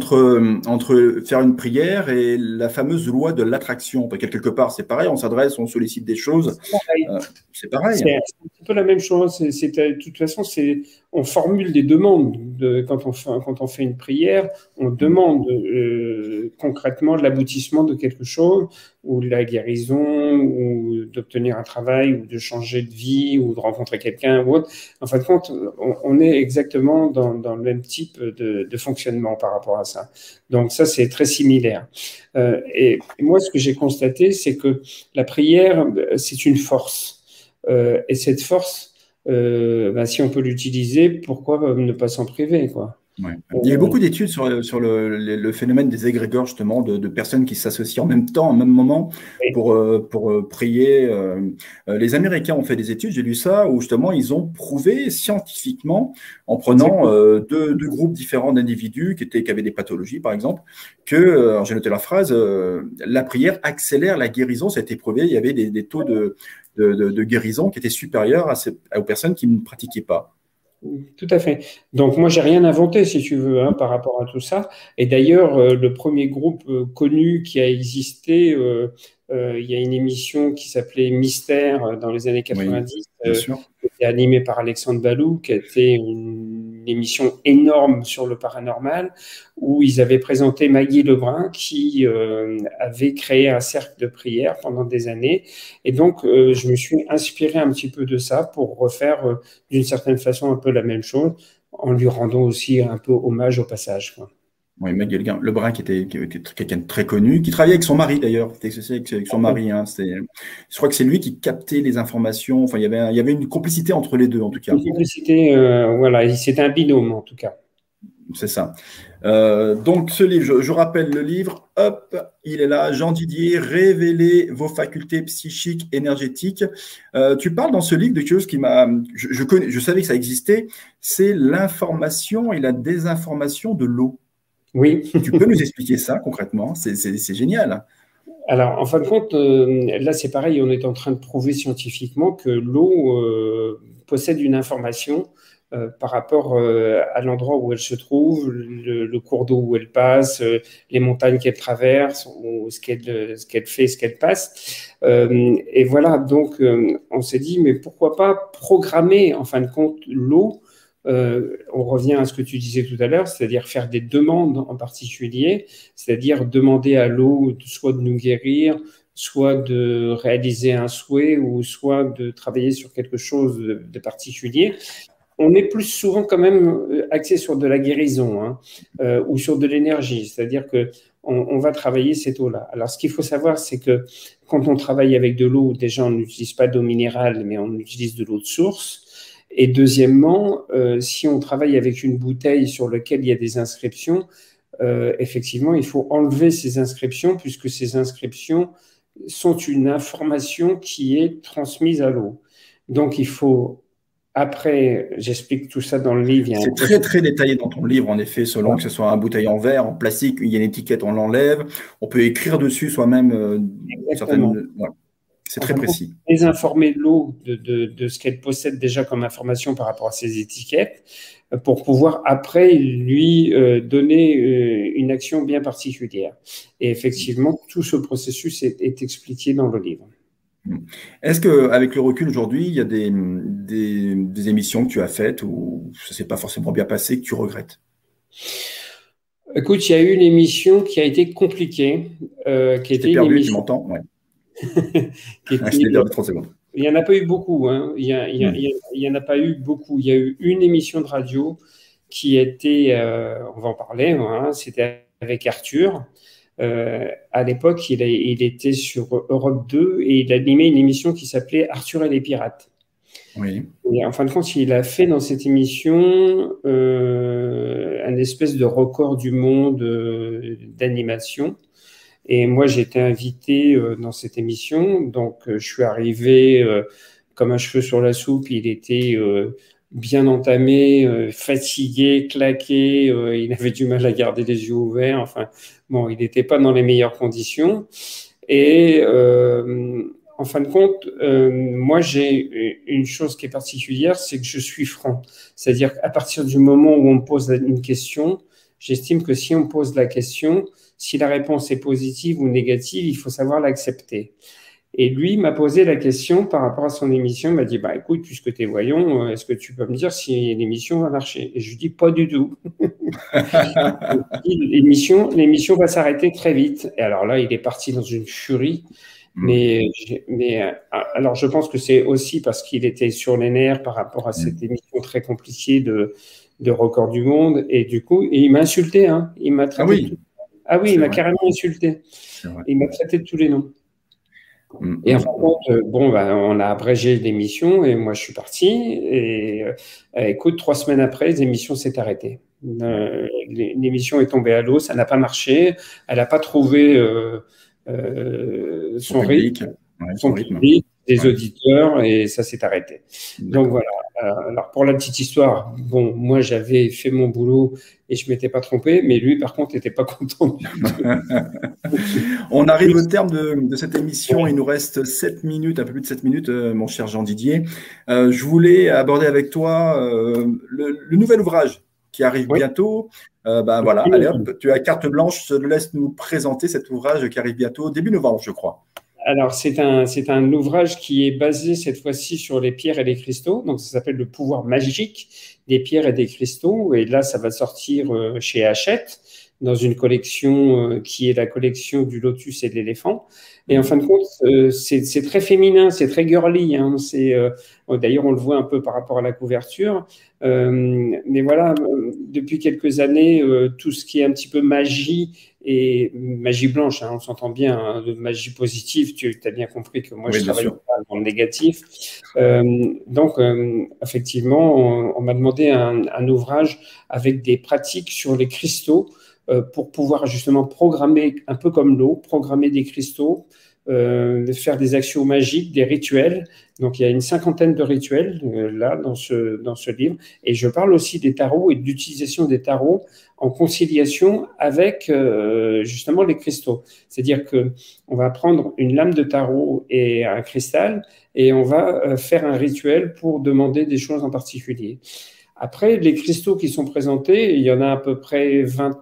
entre faire une prière et la fameuse loi de l'attraction? Parce que quelque part, c'est pareil, on s'adresse, on sollicite des choses, euh, c'est pareil. C'est un petit peu la même chose. De toute façon, on formule des demandes quand on fait une prière. On Mm. demande concrètement l'aboutissement de quelque chose, ou de la guérison, ou d'obtenir un travail, ou de changer de vie, ou de rencontrer quelqu'un, ou autre. En fin de compte, on est exactement dans le même type de fonctionnement par rapport à ça. Donc ça, c'est très similaire. Et moi, ce que j'ai constaté, c'est que la prière, c'est une force. Et cette force, si on peut l'utiliser, pourquoi ne pas s'en priver, quoi. Ouais. Il y a eu On- beaucoup d'études sur le phénomène des égrégores, justement, de personnes qui s'associent en même temps, en même moment, pour prier. Les Américains ont fait des études, j'ai lu ça, où justement ils ont prouvé scientifiquement, en prenant Exactement. deux groupes différents d'individus qui avaient des pathologies, par exemple, que, alors j'ai noté la phrase, la prière accélère la guérison. Ça a été prouvé, il y avait des taux de guérison qui étaient supérieurs aux personnes qui ne pratiquaient pas. Tout à fait. Donc moi, j'ai rien inventé, si tu veux, hein, par rapport à tout ça. Et d'ailleurs, le premier groupe connu qui a existé, il y a une émission qui s'appelait Mystère dans les années Oui, 90, bien sûr. qui était animée par Alexandre Balou, qui a été une émission énorme sur le paranormal, où ils avaient présenté Maggie Lebrun, qui avait créé un cercle de prière pendant des années. Et donc, je me suis inspiré un petit peu de ça pour refaire d'une certaine façon un peu la même chose, en lui rendant aussi un peu hommage au passage, quoi. Oui, Meg Lebrun, qui était quelqu'un de très connu, qui travaillait avec son mari d'ailleurs. C'était associé avec son mari, hein. Je crois que c'est lui qui captait les informations. Enfin, il y avait une complicité entre les deux, en tout Une cas. complicité, voilà, c'était un binôme en tout cas. C'est ça. Donc, ce livre, je rappelle le livre. Hop, il est là. Jean Didier, révélez vos facultés psychiques, énergétiques. Tu parles dans ce livre de quelque chose qui m'a. Je savais que ça existait. C'est l'information et la désinformation de l'eau. Oui. Tu peux nous expliquer ça concrètement? C'est génial. Alors, en fin de compte, là, c'est pareil, on est en train de prouver scientifiquement que l'eau possède une information par rapport à l'endroit où elle se trouve, le cours d'eau où elle passe, les montagnes qu'elle traverse, ou ce qu'elle fait, ce qu'elle passe. Et voilà, donc on s'est dit, mais pourquoi pas programmer, en fin de compte, l'eau. On revient à ce que tu disais tout à l'heure, c'est-à-dire faire des demandes en particulier, c'est-à-dire demander à l'eau soit de nous guérir, soit de réaliser un souhait ou soit de travailler sur quelque chose de particulier. On est plus souvent quand même axé sur de la guérison, hein, ou sur de l'énergie. C'est-à-dire que on va travailler cette eau-là. Alors, ce qu'il faut savoir, c'est que quand on travaille avec de l'eau, déjà, on n'utilise pas d'eau minérale, mais on utilise de l'eau de source. Et deuxièmement, si on travaille avec une bouteille sur laquelle il y a des inscriptions, effectivement, il faut enlever ces inscriptions puisque ces inscriptions sont une information qui est transmise à l'eau. Donc, il faut, après, j'explique tout ça dans le livre. C'est très, très détaillé dans ton livre, en effet, selon que ce soit un bouteille en verre, en plastique, il y a une étiquette, on l'enlève. On peut écrire dessus soi-même certaines. Voilà. C'est très précis. Désinformer l'eau de ce qu'elle possède déjà comme information par rapport à ses étiquettes pour pouvoir après lui donner une action bien particulière. Et effectivement, tout ce processus est expliqué dans le livre. Est-ce qu'avec le recul aujourd'hui, il y a des émissions que tu as faites où ça ne s'est pas forcément bien passé, que tu regrettes? Écoute, il y a eu une émission qui a été compliquée. Qui était perdu, une émission... tu m'entends? Ouais. Je t'ai perdu 30 secondes. Il n'y en a pas eu beaucoup. Hein. Il y en a pas eu beaucoup. Il y a eu une émission de radio qui était, on va en parler, hein, c'était avec Arthur. À l'époque, il était sur Europe 2 et il animait une émission qui s'appelait Arthur et les pirates. Oui. Et en fin de compte, il a fait dans cette émission un espèce de record du monde d'animation. Et moi, j'ai été invité dans cette émission. Donc, je suis arrivé comme un cheveu sur la soupe. Il était bien entamé, fatigué, claqué. Il avait du mal à garder les yeux ouverts. Enfin, bon, il n'était pas dans les meilleures conditions. Et en fin de compte, moi, j'ai une chose qui est particulière, c'est que je suis franc. C'est-à-dire qu'à partir du moment où on me pose une question, j'estime que si on me pose la question, si la réponse est positive ou négative, il faut savoir l'accepter. Et lui m'a posé la question par rapport à son émission. Il m'a dit, bah, écoute, puisque tu es voyant, est-ce que tu peux me dire si l'émission va marcher? Et je lui dis, pas du tout. L'émission va s'arrêter très vite. Et alors là, il est parti dans une furie. Mais alors, je pense que c'est aussi parce qu'il était sur les nerfs par rapport à cette émission très compliquée de record du monde. Et du coup, il m'a insulté. Hein. Il m'a traité il m'a carrément insulté. Il m'a traité de tous les noms. Et en fin de compte, on a abrégé l'émission et moi, je suis parti. Et écoute, 3 semaines après, l'émission s'est arrêtée. L'émission est tombée à l'eau, ça n'a pas marché. Elle n'a pas trouvé son rythme, son public, des auditeurs, et ça s'est arrêté. Donc voilà. Alors pour la petite histoire, bon, moi j'avais fait mon boulot et je m'étais pas trompé, mais lui par contre n'était pas content du tout. On arrive au terme de cette émission. Il nous reste 7 minutes, un peu plus de 7 minutes, mon cher Jean Didier. Je voulais aborder avec toi le nouvel ouvrage qui arrive bientôt. Voilà, allez hop, tu as carte blanche, je te laisse nous présenter cet ouvrage qui arrive bientôt, début novembre, je crois. Alors, c'est un ouvrage qui est basé cette fois-ci sur les pierres et les cristaux. Donc, ça s'appelle Le pouvoir magique des pierres et des cristaux. Et là, ça va sortir chez Hachette dans une collection qui est la collection du lotus et de l'éléphant. Et en fin de compte, c'est très féminin, c'est très girly. Hein. D'ailleurs, on le voit un peu par rapport à la couverture. Mais voilà, depuis quelques années, tout ce qui est un petit peu magie et magie blanche, hein, on s'entend bien, hein, de magie positive, tu as bien compris que moi, je travaille pas dans le négatif. Donc, effectivement, on m'a demandé un ouvrage avec des pratiques sur les cristaux pour pouvoir justement programmer, un peu comme l'eau, programmer des cristaux, faire des actions magiques, des rituels. Donc, il y a une 50aine de rituels là dans ce livre. Et je parle aussi des tarots et de l'utilisation des tarots en conciliation avec justement les cristaux. C'est-à-dire qu'on va prendre une lame de tarot et un cristal et on va faire un rituel pour demander des choses en particulier. Après, les cristaux qui sont présentés, il y en a à peu près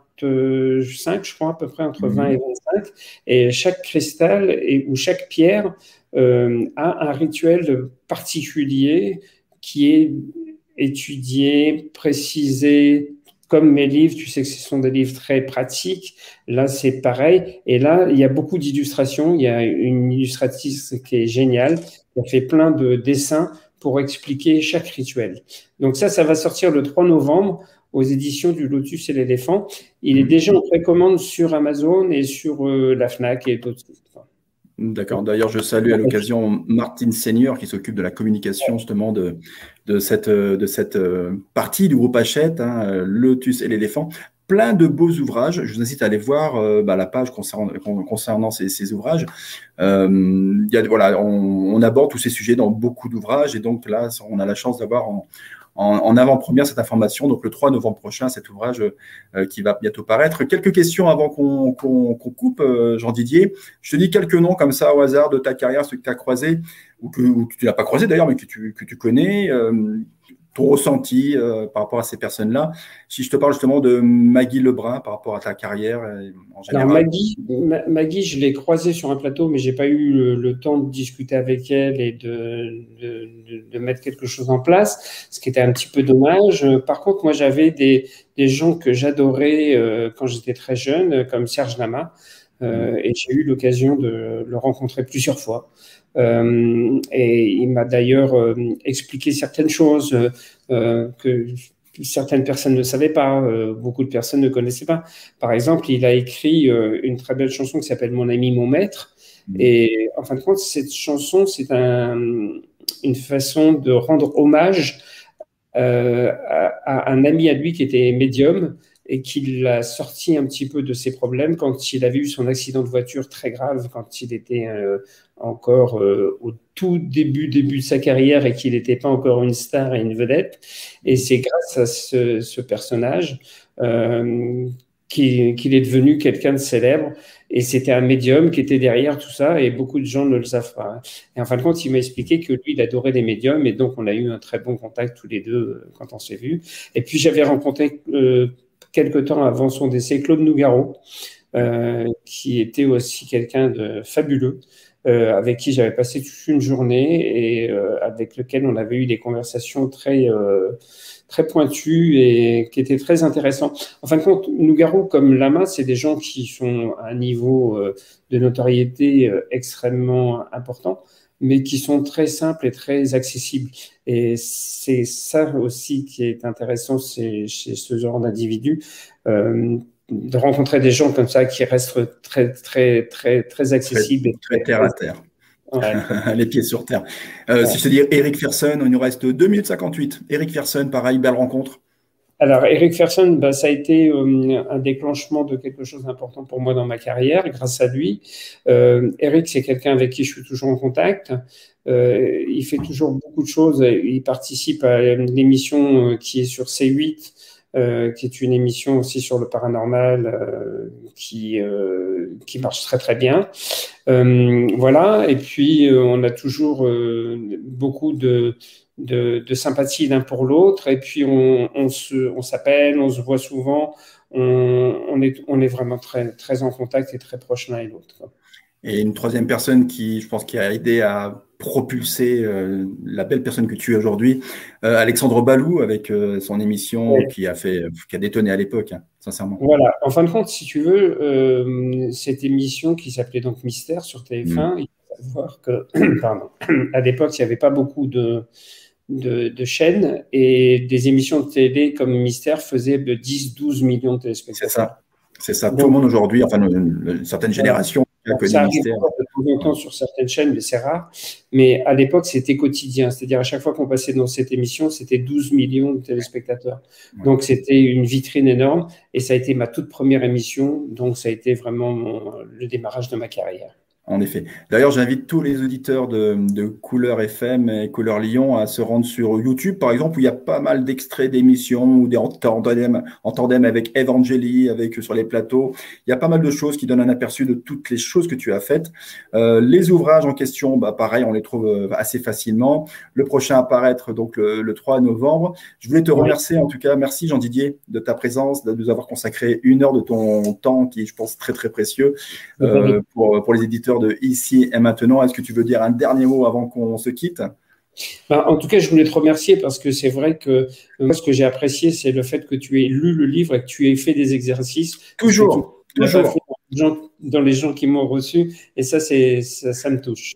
25, je crois, à peu près entre 20 et 25. Et chaque cristal ou chaque pierre a un rituel particulier qui est étudié, précisé. Comme mes livres, tu sais que ce sont des livres très pratiques. Là, c'est pareil. Et là, il y a beaucoup d'illustrations. Il y a une illustratrice qui est géniale, qui a fait plein de dessins pour expliquer chaque rituel. Donc ça va sortir le 3 novembre aux éditions du Lotus et l'éléphant. Il est déjà en précommande sur Amazon et sur la Fnac et d'autres sites. D'accord. D'ailleurs, je salue à l'occasion Martine Seigneur qui s'occupe de la communication justement de cette partie du groupe Hachette, hein, Lotus et l'éléphant. Plein de beaux ouvrages. Je vous incite à aller voir la page concernant ces ouvrages. Voilà, on aborde tous ces sujets dans beaucoup d'ouvrages et donc là, on a la chance d'avoir en avant-première cette information. Donc le 3 novembre prochain, cet ouvrage qui va bientôt paraître. Quelques questions avant qu'on coupe, Jean-Didier. Je te dis quelques noms comme ça au hasard de ta carrière, ceux que tu as croisés ou que tu n'as pas croisés d'ailleurs, mais que tu connais. Ton ressenti par rapport à ces personnes-là. Si je te parle justement de Maggie Lebrun par rapport à ta carrière en général. Alors Maggie, je l'ai croisée sur un plateau, mais j'ai pas eu le temps de discuter avec elle et de mettre quelque chose en place, ce qui était un petit peu dommage. Par contre, moi, j'avais des gens que j'adorais quand j'étais très jeune, comme Serge Lama, et j'ai eu l'occasion de le rencontrer plusieurs fois. Et il m'a d'ailleurs expliqué certaines choses que certaines personnes ne savaient pas, beaucoup de personnes ne connaissaient pas. Par exemple, il a écrit une très belle chanson qui s'appelle Mon ami, mon maître. Et en fin de compte, cette chanson, c'est une façon de rendre hommage à un ami à lui qui était médium et qui l'a sorti un petit peu de ses problèmes quand il avait eu son accident de voiture très grave, quand il était encore au tout début de sa carrière et qu'il n'était pas encore une star et une vedette. Et c'est grâce à ce personnage qu'il est devenu quelqu'un de célèbre. Et c'était un médium qui était derrière tout ça et beaucoup de gens ne le savent pas. Et en fin de compte, il m'a expliqué que lui, il adorait les médiums et donc on a eu un très bon contact tous les deux quand on s'est vus. Et puis j'avais rencontré quelque temps avant son décès, Claude Nougaro, qui était aussi quelqu'un de fabuleux, avec qui j'avais passé toute une journée et avec lequel on avait eu des conversations très pointues et qui étaient très intéressantes. En fin de compte, Nougaro comme Lama, c'est des gens qui sont à un niveau de notoriété extrêmement important, mais qui sont très simples et très accessibles. Et c'est ça aussi qui est intéressant chez ce genre d'individus, de rencontrer des gens comme ça qui restent très accessibles. Très terre à terre. Ouais. Les pieds sur terre. Si je te dis Eric Ferson, il nous reste 2 minutes 58. Eric Ferson, pareil, belle rencontre. Alors, Eric Ferson, ça a été un déclenchement de quelque chose d'important pour moi dans ma carrière, grâce à lui. Eric, c'est quelqu'un avec qui je suis toujours en contact. Il fait toujours beaucoup de choses. Il participe à une émission qui est sur C8, qui est une émission aussi sur le paranormal qui marche très très bien. Voilà. Et puis, on a toujours beaucoup de sympathie l'un pour l'autre, et puis on s'appelle, on se voit souvent, on est vraiment très, très en contact et très proches l'un et l'autre. Et une troisième personne je pense, qui a aidé à propulser la belle personne que tu es aujourd'hui, Alexandre Balou, avec son émission qui a détonné à l'époque, hein, sincèrement. Voilà. En fin de compte, si tu veux, cette émission qui s'appelait donc Mystère sur TF1, il faut savoir que, à l'époque, il n'y avait pas beaucoup de chaînes et des émissions de télé comme Mystère faisaient de 10-12 millions de téléspectateurs. C'est ça. Donc, tout le monde aujourd'hui, enfin, certaines générations, a connu Mystère. De temps en temps sur certaines chaînes, mais c'est rare. Mais à l'époque, c'était quotidien. C'est-à-dire, à chaque fois qu'on passait dans cette émission, c'était 12 millions de téléspectateurs. Ouais. Donc, c'était une vitrine énorme. Et ça a été ma toute première émission. Donc, ça a été vraiment le démarrage de ma carrière. En effet. D'ailleurs, j'invite tous les auditeurs de Couleur FM et Couleur Lyon à se rendre sur YouTube, par exemple, où il y a pas mal d'extraits d'émissions ou en tandem avec Evangélie, sur les plateaux. Il y a pas mal de choses qui donnent un aperçu de toutes les choses que tu as faites. Les ouvrages en question, pareil, on les trouve assez facilement. Le prochain à paraître, donc le 3 novembre. Je voulais te remercier, en tout cas, merci Jean-Didier de ta présence, de nous avoir consacré 1 heure de ton temps, qui est, je pense, très, très précieux pour les éditeurs de Ici et Maintenant. Est-ce que tu veux dire un dernier mot avant qu'on se quitte ? En tout cas, je voulais te remercier parce que c'est vrai que moi, ce que j'ai apprécié, c'est le fait que tu aies lu le livre et que tu aies fait des exercices. Toujours. Dans les gens qui m'ont reçu. Et ça me touche.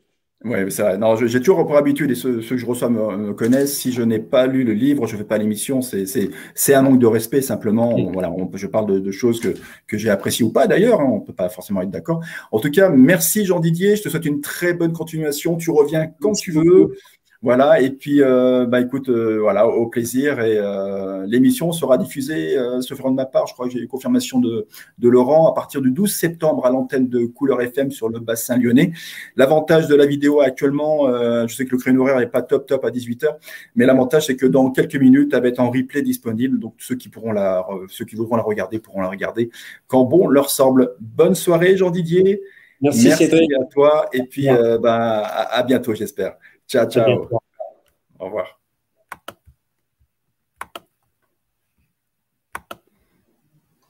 Oui, c'est vrai. Non, j'ai toujours pour habitude, et ceux que je reçois me connaissent, si je n'ai pas lu le livre, je ne fais pas l'émission. C'est un manque de respect, simplement. Voilà, je parle de choses que j'ai appréciées ou pas, d'ailleurs. Hein, on ne peut pas forcément être d'accord. En tout cas, merci Jean-Didier. Je te souhaite une très bonne continuation. Tu reviens quand Merci tu veux. beaucoup. Voilà, et puis écoute, voilà, au plaisir. Et l'émission sera diffusée, sauf erreur de ma part, je crois que j'ai eu confirmation de Laurent, à partir du 12 septembre à l'antenne de Couleur FM sur le bassin lyonnais. L'avantage de la vidéo actuellement, je sais que le créneau horaire n'est pas top à 18h, mais l'avantage c'est que dans quelques minutes, elle va être en replay disponible, donc ceux qui voudront la regarder pourront la regarder quand bon leur semble. Bonne soirée Jean-Didier, Merci merci Cédric. à toi, et puis Bien. à bientôt j'espère. Ciao, À ciao. bientôt. Au revoir.